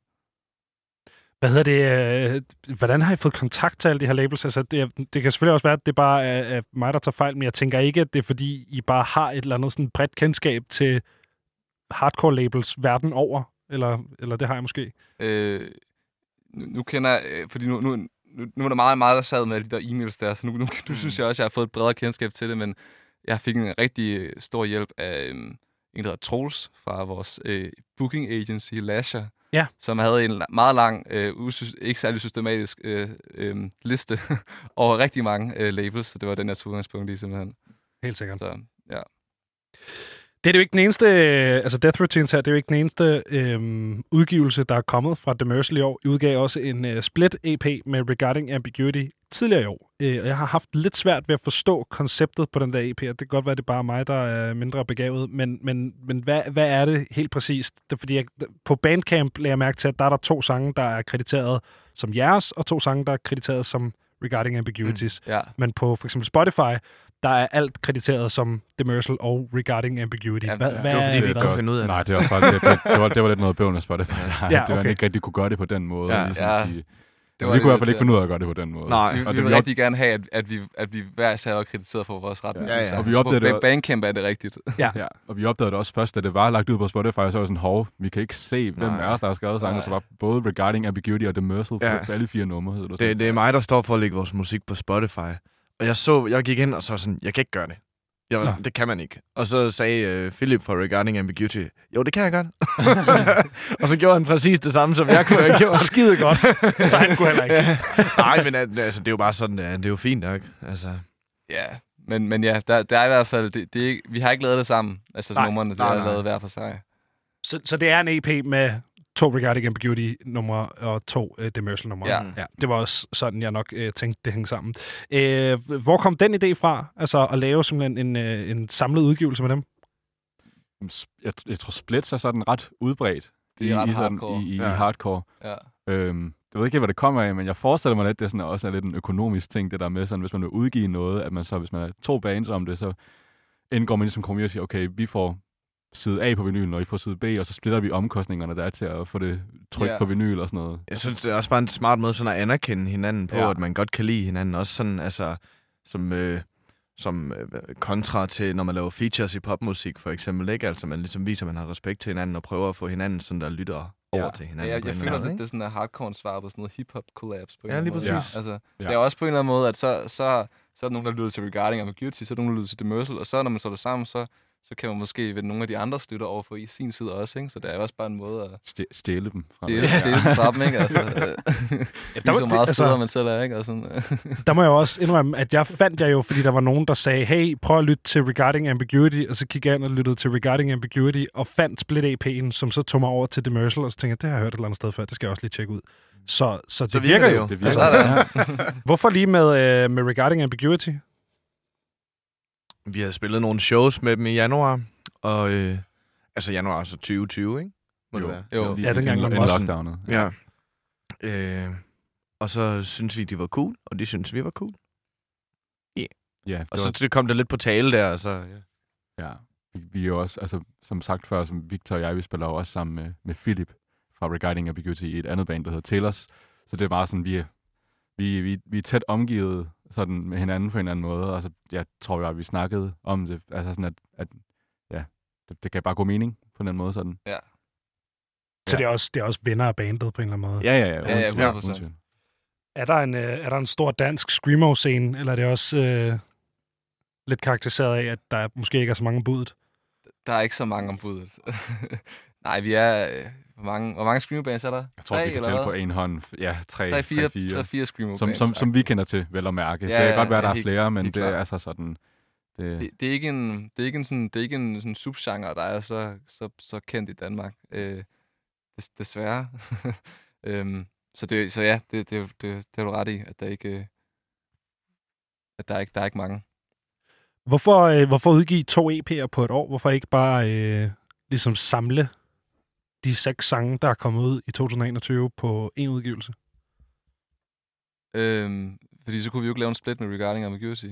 Hvad hedder det? Øh, hvordan har I fået kontakt til alle de her labels? Altså, det, det kan selvfølgelig også være, at det bare er, er mig, der tager fejl, men jeg tænker ikke, at det er, fordi I bare har et eller andet sådan bredt kendskab til hardcore labels verden over, eller, eller det har jeg måske. Øh, nu, nu kender jeg, fordi nu, nu, nu, nu er der meget, meget, der sad med alle de der e-mails der, så nu, nu, nu synes jeg også, at jeg har fået et bredere kendskab til det, men jeg fik en rigtig stor hjælp af øhm, en, der hedder Troels fra vores øh, booking agency, Lasher, ja. Som havde en meget lang, øh, usys- ikke særlig systematisk øh, øh, liste over rigtig mange øh, labels, så det var den her udgangspunkt i simpelthen. Helt sikkert. Så, ja. Det er jo ikke den eneste, altså Death Routines her, det er jo ikke den eneste øhm, udgivelse, der er kommet fra Demersal i år. I udgav også en uh, split-E P med Regarding Ambiguity tidligere i år. Uh, og jeg har haft lidt svært ved at forstå konceptet på den der E P, og det kan godt være, det er bare mig, der er mindre begavet. Men, men, men hvad, hvad er det helt præcist? Det er, fordi jeg, på Bandcamp lagde jeg mærke til, at der er der to sange, der er krediteret som jeres, og to sange, der er krediteret som Regarding Ambiguities. Mm, ja. Men på for eksempel Spotify, der er alt krediteret som Demersal og Regarding Ambiguity. Ja, hvad, ja. hvad det var fordi, er vi ikke kunne finde ud af det. Nej, det var, bare, det, det, det, var, det var lidt noget bøvl af Spotify. Ja, ja, det var okay. ikke rigtig kunne gøre det på den måde. Ja, ligesom ja. sige. Det vi kunne i hvert fald ikke finde ud af at gøre det på den måde. Nej. Vi, og vi det, vil rigtig gerne have, at, at, vi, at vi hver især er krediteret for vores ret. Ja, ja, ja. Og vi opdagede det. På Bandcamp er det rigtigt. Ja. ja. Og vi opdagede det også først, da det var lagt ud på Spotify, så var det sådan, hov, vi kan ikke se, hvem er os, der har skrevet sangen. Så var både Regarding Ambiguity og Demersal ja. på alle fire numre. Det, det, det er mig, der står for at lægge vores musik på Spotify. Og jeg så, jeg gik ind og så sådan, jeg kan ikke gøre det. Jeg, ja. Det kan man ikke. Og så sagde uh, Philip fra Regarding Ambiguity, jo, det kan jeg godt. Og så gjorde han præcis det samme, som jeg kunne have gjort. Skide godt. Så han kunne heller ikke. Nej, men altså, det er jo bare sådan, det er, det er jo fint nok. Altså. Ja, men, men ja, der, der er i hvert fald, det, det er ikke, vi har ikke lavet det sammen. Altså, nej, numrene, det er lavet hver for sig. Så, så det er en E P med to Regarding Ambiguity-numre og to uh, Demersal-numre. Ja. ja. Det var også sådan, jeg nok uh, tænkte, det hængte sammen. Uh, hvor kom den idé fra? Altså at lave simpelthen en, uh, en samlet udgivelse med dem? Jeg, jeg tror, splits er sådan ret udbredt. Det er ret i, sådan, hardcore. I, i ja. hardcore. Ja. Øhm, jeg ved ikke, hvad det kommer af, men jeg forestiller mig lidt, det er sådan, også er lidt en økonomisk ting, det der med, sådan, hvis man vil udgive noget, at man så, hvis man er to bands om det, så indgår man ligesom community og siger, okay, vi får side A på vinylen, og I får side B, og så splitter vi omkostningerne, der er til at få det trykt yeah. på vinyl og sådan noget. Jeg synes, det er også bare en smart måde sådan at anerkende hinanden på, ja. At man godt kan lide hinanden. Også sådan, altså, som, øh, som øh, kontra til, når man laver features i popmusik, for eksempel, ikke? Altså, man ligesom viser, at man har respekt til hinanden, og prøver at få hinanden sådan, der lytter over ja. Til hinanden. Ja, jeg, jeg føler, at det er sådan en hardcore svar på sådan noget hip-hop collabs på en ja, lige måde. præcis. Ja. Altså, ja. det er også på en eller anden måde, at så, så, så er der nogen, der lytter til Regarding Ambiguity, så er der nogen, der lytter til Demersal, og så når man slår det sammen, så så kan man måske ved nogle af de andre støtter over for i sin side også, ikke? Så det er også bare en måde at Stj- stjæle dem fra stjæle, stjæle dem fra dem, ikke? Altså, øh, ja, der var så meget altså, federe, man selv er, ikke? Og sådan, der må jeg også indrømme, at jeg fandt jeg jo, fordi der var nogen, der sagde, hey, prøv at lytte til Regarding Ambiguity, og så kiggede jeg ind og lyttede til Regarding Ambiguity, og fandt Split-E P'en, som så tog mig over til Demersal, og så tænkte jeg, det har jeg hørt et eller andet sted før, det skal jeg også lige tjekke ud. Så, så det så virker, virker jo. Det virker. Altså, ja. Hvorfor lige med, øh, med Regarding Ambiguity? Vi har spillet nogle shows med dem i januar, og øh, altså januar, så tyve tyve, ikke? Må jo. Det være? Jo, ja, dengang var en lockdownet. Ja. ja. Øh, og så synes vi, de var cool, og de synes vi var cool. Yeah. Ja. Og så var... kom det lidt på tale der, og så... Ja. ja. Vi, vi er jo også, altså som sagt før, som Victor og jeg, vi spiller jo også sammen med, med Philip fra Regarding Ambiguity i et andet band, der hedder Taylors. Så det er bare sådan, vi er, vi, vi, vi er tæt omgivet sådan med hinanden på en eller anden måde. Altså, jeg tror jo, at vi snakkede om det. Altså sådan, at, at ja, det, det kan bare gå mening på den måde sådan. Ja. Så det er også, det er også venner af bandet på en eller anden måde? Ja, ja, ja. ja, ja hundrede procent. Er der en, er der en stor dansk screamo-scene, eller er det også... Øh... lidt karakteriseret af, at der måske ikke er så mange om budet? Der er ikke så mange om budet. Nej, vi er... Øh, hvor mange, hvor mange screamo-bands er der? Jeg tror, tre, vi kan tælle på en hånd. Ja, tre, tre, fire, tre, fire. tre, fire screamo-bands. Som, som, som vi kender til, vel at mærke. Ja, det kan ja, godt være, ja, der er helt, flere, men det klar. er altså sådan... Det... Det, det er ikke en, det er ikke en, sådan, det er ikke en sådan subgenre, der er så, så, så kendt i Danmark. Øh, des, desværre. øhm, så, det, så ja, det, det, det, det er du ret i, at der ikke, at der er ikke, der er ikke mange. Hvorfor, øh, hvorfor udgive to E P'er på et år? Hvorfor ikke bare øh, ligesom samle de seks sange, der er kommet ud i to tusind enogtyve på en udgivelse? Øhm, fordi så kunne vi jo ikke lave en split med Regarding Ambiguity.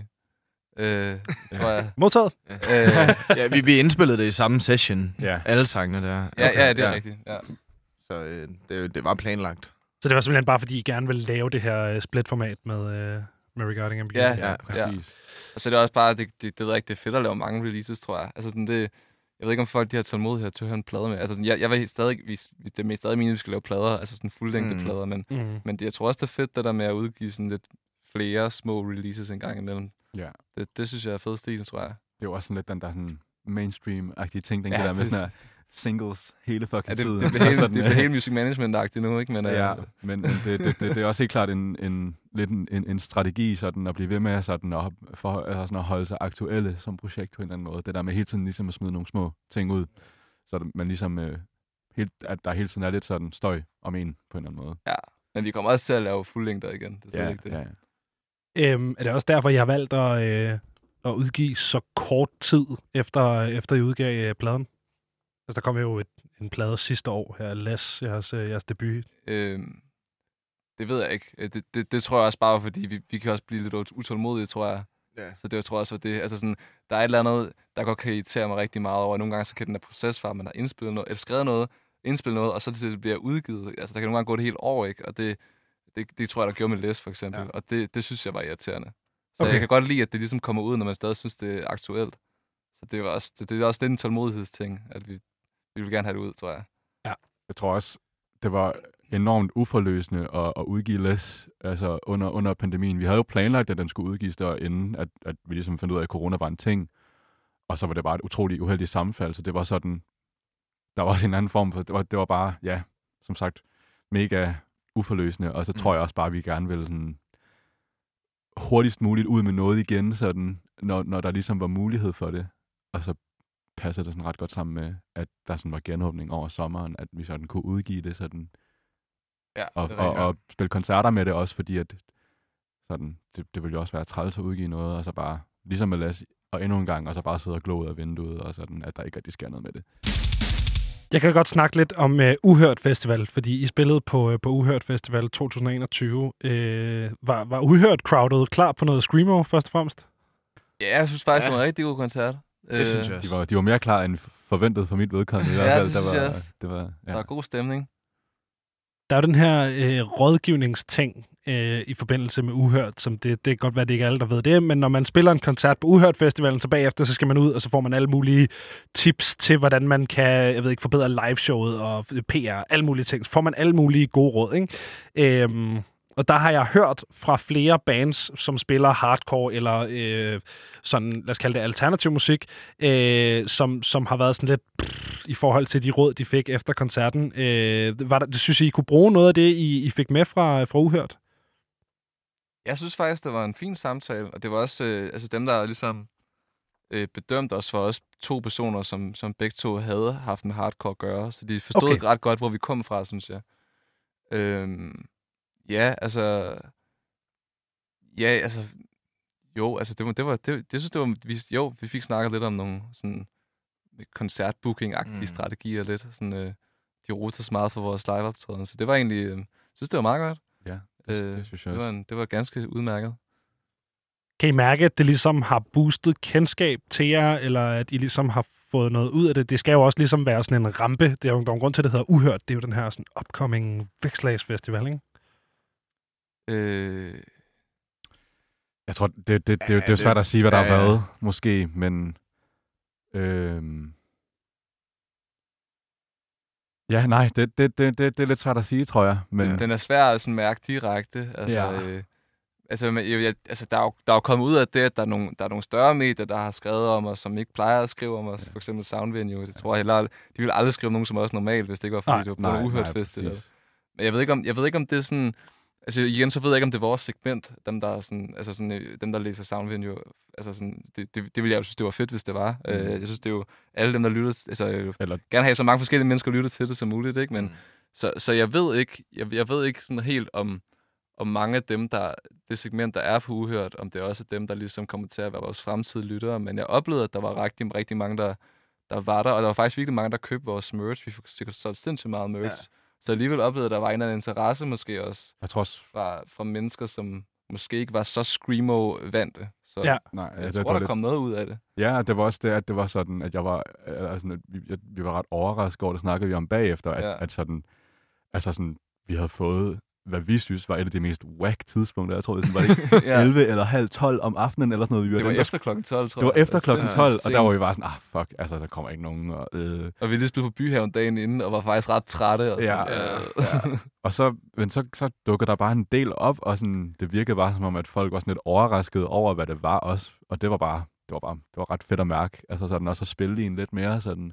Øh, tror jeg. Modtaget. Øh, ja, vi, vi indspillede det i samme session. Ja. Alle sangene der. ja, ja, det er ja. rigtigt. Ja. Så øh, det, det var planlagt. Så det var simpelthen bare, fordi I gerne ville lave det her uh, split-format med, uh, med Regarding Ambiguity? Ja, Ja, præcis. Ja. Og så er det også bare, det, det, det, ved jeg ikke, det er fedt at lave mange releases, tror jeg. Altså sådan det, jeg ved ikke, om folk de har tålmodighed til at høre en plade med. Altså sådan, jeg, jeg var stadig, vi, det er stadig mine, at vi skal lave plader, altså sådan fuldlængde mm. plader, men, Mm. men det, jeg tror også, det er fedt, det der med at udgive sådan lidt flere små releases en gang imellem. Ja. Det, det synes jeg er fed stil, tror jeg. Det er jo også sådan lidt den der sådan mainstream-agtige ting, den Ja, ja, der med det- sådan her singles hele fucking Ja, det, tiden. det, bliver helt, Sådan, det bliver helt music management-agtigt nu, ikke? Men, Ja, øh, men, men det, det, det, det er også helt klart en, en, lidt en, en, en strategi sådan, at blive ved med sådan, at, for, altså sådan, at holde sig aktuelle som projekt på en eller anden måde. Det der med hele tiden ligesom at smide nogle små ting ud, så det, man ligesom, øh, helt, at der hele tiden er lidt sådan støj om en på en eller anden måde. ja. Men vi kommer også til at lave fuldlængder igen. Det er slet Ja, ikke det. ja, ja. Øhm, er det også derfor, jeg har valgt at, øh, at udgive så kort tid efter, efter I udgav øh, pladen? Altså, der kom jo et, en plade sidste år her, Les, jeres, øh, jeres debut. Øhm, det ved jeg ikke. Øh, Det, det, det tror jeg også bare, fordi vi, vi kan også blive lidt utålmodige, tror jeg. Ja. Så det tror jeg også, at det, altså sådan, der er et eller andet, der godt kan irritere mig rigtig meget over. Nogle gange så kan den der proces fra, at man har indspillet noget, eller skrevet noget, indspillet noget, og så til det bliver udgivet. Altså der kan nogle gange gå det helt over, ikke? Og det, det, det tror jeg, der gjorde med Les, for eksempel. Ja. Og det, det synes jeg var irriterende. Så Okay. jeg kan godt lide, at det ligesom kommer ud, når man stadig synes, det er aktuelt. Så det, var også, det, det er også lidt en tålmodighedsting, at vi, vi vil gerne have det ud, tror jeg. Jeg tror også, det var enormt uforløsende at, at udgive Les altså under, under pandemien. Vi havde jo planlagt, at den skulle udgives der, inden at, at vi ligesom fandt ud af, at corona var en ting. Og så var det bare et utroligt uheldigt sammenfald, så det var sådan, der var også en anden form for, det var, det var bare, ja, som sagt, mega uforløsende. Og så tror jeg også bare, at vi gerne ville sådan hurtigst muligt ud med noget igen, sådan, når, når der ligesom var mulighed for det. Og så passer det sådan ret godt sammen med, at der sådan var genåbning over sommeren, at vi sådan kunne udgive det sådan, Ja, og, og, og spille koncerter med det også, fordi at sådan, det, det ville jo også være træls at udgive noget, og så bare, ligesom med Las, og endnu en gang, og så bare sidde og glo ud af vinduet, og sådan, at der ikke rigtig sker noget med det. Jeg kan godt snakke lidt om uh, Uhørt Festival, fordi I spillede på, uh, på Uhørt Festival to tusind enogtyve. Uh, var, var Uhørt-crowdet klar på noget screamo, først og fremmest? Ja, jeg synes faktisk, Ja. det var en rigtig god koncert. Det synes jeg også. De var, de var mere klar end forventet for mit vedkommende i Ja, hvert fald. det Der synes var, jeg også. det var, Der ja. var god stemning. Der er jo den her øh, rådgivningsting øh, i forbindelse med Uhørt, som det, det kan godt være, det ikke er alle, der ved det, men når man spiller en koncert på Uhørt Festivalen, så bagefter, så skal man ud, og så får man alle mulige tips til, hvordan man kan, jeg ved ikke, forbedre liveshowet og P R, alle mulige ting. Så får man alle mulige gode råd, ikke? Øhm, og der har jeg hørt fra flere bands, som spiller hardcore eller øh, sådan, lad os kalde det alternativ musik, øh, som, som har været sådan lidt pff, i forhold til de råd, de fik efter koncerten. Øh, var der, det synes I, I kunne bruge noget af det, I, I fik med fra, fra Uhørt? Jeg synes faktisk, det var en fin samtale, og det var også øh, altså dem, der ligesom øh, bedømte os, var også to personer, som, som begge to havde haft med hardcore at gøre, så de forstod Okay. ret godt, hvor vi kom fra, synes jeg. Øhm, ja, altså... Ja, altså... Jo, altså det var... Det, var, det, det synes det var... Vi, jo, vi fik snakket lidt om nogle sådan koncertbooking-agtige mm. strategier lidt. Sådan, øh, de rotede så meget for vores liveoptræden, så det var egentlig... Øh, synes, det var meget godt. Ja, det, Øh, det synes jeg det, var også. en, det var ganske udmærket. Kan I mærke, at det ligesom har boostet kendskab til jer, eller at I ligesom har fået noget ud af det? Det skal jo også ligesom være sådan en rampe. Det er jo der er en grund til, at det hedder Uhørt. Det er jo den her sådan upcoming vækslagsfestival, ikke? Øh, Jeg tror, det, det, det, det, Ja, det er jo det- svært at sige, hvad der ja, har ja. været, måske, men... Øhm, ja, nej, det, det, det, det, det er lidt svært at sige, tror jeg. Men Den er svær at sådan mærke direkte. Altså, Ja. øh, Altså, jeg, jeg, altså der, er jo, der er jo kommet ud af det, at der er, nogle, der er nogle større medier, der har skrevet om os, som ikke plejer at skrive om os. Ja. For eksempel Soundvenue. Det tror jeg heller aldrig. De ville aldrig skrive om nogen som os normalt, hvis det ikke var, fordi nej, det var på en uhørt fest. Men jeg ved, ikke om, jeg ved ikke, om det er sådan... Altså igen, så ved jeg ikke, om det er vores segment, dem der, er sådan, altså sådan, dem, der læser Soundvenue. Altså sådan, det, det, det ville jeg jo synes, det var fedt, hvis det var. Mm. Uh, jeg synes, det er jo alle dem, der lytter... Altså, jeg vil Eller... gerne have så mange forskellige mennesker lytte til det som muligt, ikke? Men, mm. så, så jeg ved ikke, jeg, jeg ved ikke sådan helt om... Og mange af dem, der det segment, der er på Uhørt, om det er også dem, der ligesom kommer til at være vores fremtidige lyttere. Men jeg oplevede, at der var rigtig, rigtig mange, der, der var der. Og der var faktisk virkelig mange, der købte vores merch. Vi fik solgt sindssygt meget merch. Ja. Så alligevel oplevede, at der var en eller anden interesse måske også. Jeg tror også. Fra, fra mennesker, som måske ikke var så screamo-vante. Så ja. Nej, jeg det, tror, der lidt... kom noget ud af det. Ja, det var også det, at det var sådan, at jeg var, altså, at vi, jeg, vi var ret overrasket over, det snakkede vi om bagefter, at, ja. at sådan, altså sådan, vi havde fået... hvad vi synes var et af de mest whack tidspunkter. Jeg tror, det var det ja. elleve eller halv tolv om aftenen eller sådan noget. Vi det var den, efter klokken tolv, tror jeg. Det var efter klokken tolv, og der var vi bare sådan, ah fuck, altså der kommer ikke nogen. Og, øh. og vi lige spillede på Byhaven dagen inden, og var faktisk ret trætte. Og sådan, ja, ja. ja. Og så, men så, så dukker der bare en del op, og sådan, det virkede bare som om, at folk var sådan lidt overrasket over, hvad det var også. Og det var bare, det var bare, det var ret fedt at mærke. Altså sådan også at spille i en lidt mere sådan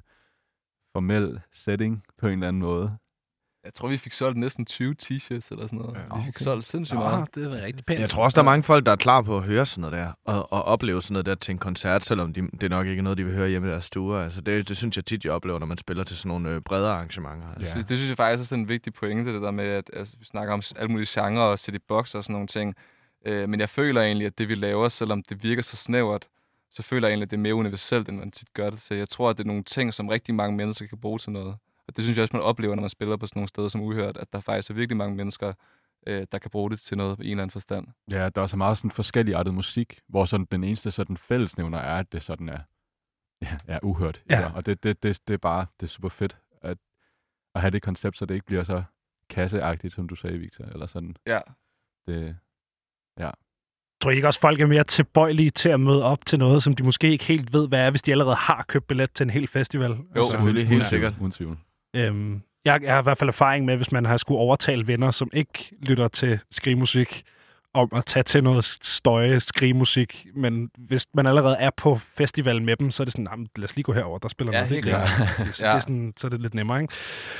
formel setting på en eller anden måde. Jeg tror, vi fik solgt næsten tyve t-shirts eller sådan noget. Ja, vi fik okay. solgt sindssygt meget. Ah, det er rigtig pænt. Jeg tror også, der er mange folk, der er klar på at høre sådan noget der, og, og opleve sådan noget der til en koncert, selvom de, det er nok ikke noget, de vil høre hjemme i deres stuer. Altså, det, det synes jeg tit, jeg oplever, når man spiller til sådan nogle øh, bredere arrangementer. Altså. Ja. Det, det synes jeg faktisk er en vigtig pointe, det der med, at altså, vi snakker om alle mulige genrer og city box og sådan nogle ting. Øh, men jeg føler egentlig, at det vi laver, selvom det virker så snævert, så føler jeg egentlig, at det er mere universelt, end man tit gør det. Så jeg tror, at det er nogle ting, som rigtig mange mennesker kan bruge til noget. Og det synes jeg også, man oplever, når man spiller på sådan nogle steder som Uhørt, at der faktisk er virkelig mange mennesker, øh, der kan bruge det til noget i en eller anden forstand. Ja, der er så meget sådan forskelligartet musik, hvor sådan den eneste sådan fællesnævner er, at det sådan er, ja, er uhørt. Ja. Ja. Og det, det, det, det er bare det er super fedt at, at have det koncept, så det ikke bliver så kasseagtigt, som du sagde, Victor. Eller sådan. Ja. Det, ja. Tror I ikke også, folk er mere tilbøjelige til at møde op til noget, som de måske ikke helt ved, hvad er, hvis de allerede har købt billet til en hel festival? Jo, altså, selvfølgelig. Helt sikkert. Uden tvivl. Øhm, jeg, jeg har i hvert fald erfaring med, hvis man har skulle overtale venner, som ikke lytter til skrigemusik, om at tage til noget støje skrigemusik. Men hvis man allerede er på festivalen med dem, så er det sådan, lad os lige gå herover, der spiller ja, noget. Det er det, det, ja. det er sådan, så er det lidt nemmere, ikke?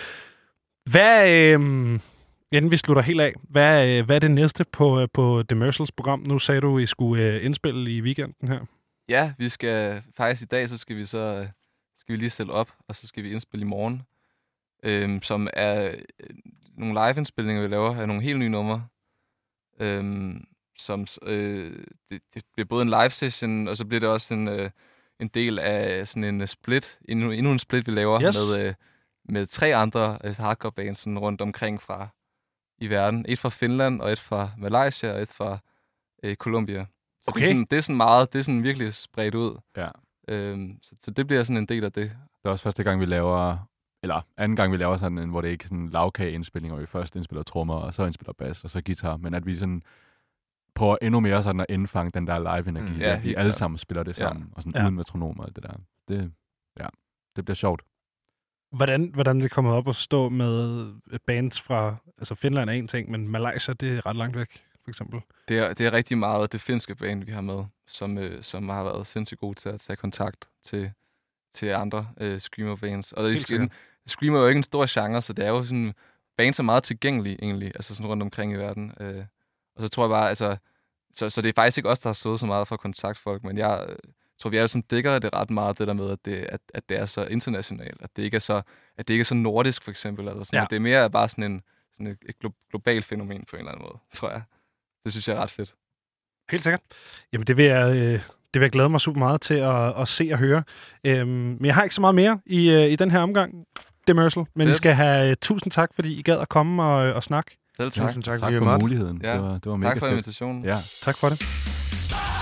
Hvad, øhm, inden vi slutter helt af, hvad, hvad er det næste på, på Demersals program? Nu sagde du, I skulle indspille i weekenden her. Ja, vi skal faktisk i dag, så skal vi så skal vi lige stille op, og så skal vi indspille i morgen. Øhm, som er nogle live-indspilninger, vi laver af nogle helt nye numre. Øhm, som, øh, det, det bliver både en live-session, og så bliver det også en, øh, en del af sådan en split, endnu, endnu en split, vi laver yes. med, øh, med tre andre øh, hardcore-bands rundt omkring fra i verden. Et fra Finland, og et fra Malaysia, og et fra øh, Colombia. Så okay. det, er sådan, det er sådan meget, det er sådan virkelig spredt ud. Ja. Øhm, så, så det bliver sådan en del af det. Det er også første gang, vi laver... Eller anden gang, vi laver sådan en, hvor det ikke er sådan en lavkage-indspilning, hvor vi først indspiller trommer, og så indspiller bas, og så guitar, men at vi sådan prøver endnu mere sådan at indfange den der live-energi, mm, ja, at vi alle sammen spiller det sammen, ja. og sådan ja. uden metronomer og det der. Det, ja, det bliver sjovt. Hvordan, hvordan det er kommet op at stå med bands fra, altså Finland er en ting, men Malaysia, det er ret langt væk, for eksempel. Det er, det er rigtig meget det finske band, vi har med, som, øh, som har været sindssygt gode til at tage kontakt til til andre øh, screamer-bands. Og det, screamer er jo ikke en stor genre, så det er jo sådan, bands er meget tilgængelige egentlig, altså sådan rundt omkring i verden. Øh, og så tror jeg bare, altså, så, så det er faktisk ikke os, der har stået så meget for at kontakte folk, men jeg øh, tror, vi alle sammen dækker det ret meget, det der med, at det, at, at det er så internationalt, at det ikke er så, at det ikke er så nordisk, for eksempel, eller sådan. Ja. Det er mere bare sådan en sådan et, et globalt fænomen på en eller anden måde, tror jeg. Det synes jeg er ret fedt. Helt sikkert. Jamen, det vil jeg... Øh Det vil jeg glæde mig super meget til at, at se og høre. Øhm, men jeg har ikke så meget mere i, uh, i den her omgang, Demersal. Men I skal have uh, tusind tak, fordi I gad at komme og, og snakke. Selv tak. Tusind tak, tak for muligheden. Ja. Det var, det var mega tak for fedt. invitationen. Ja. Tak for det.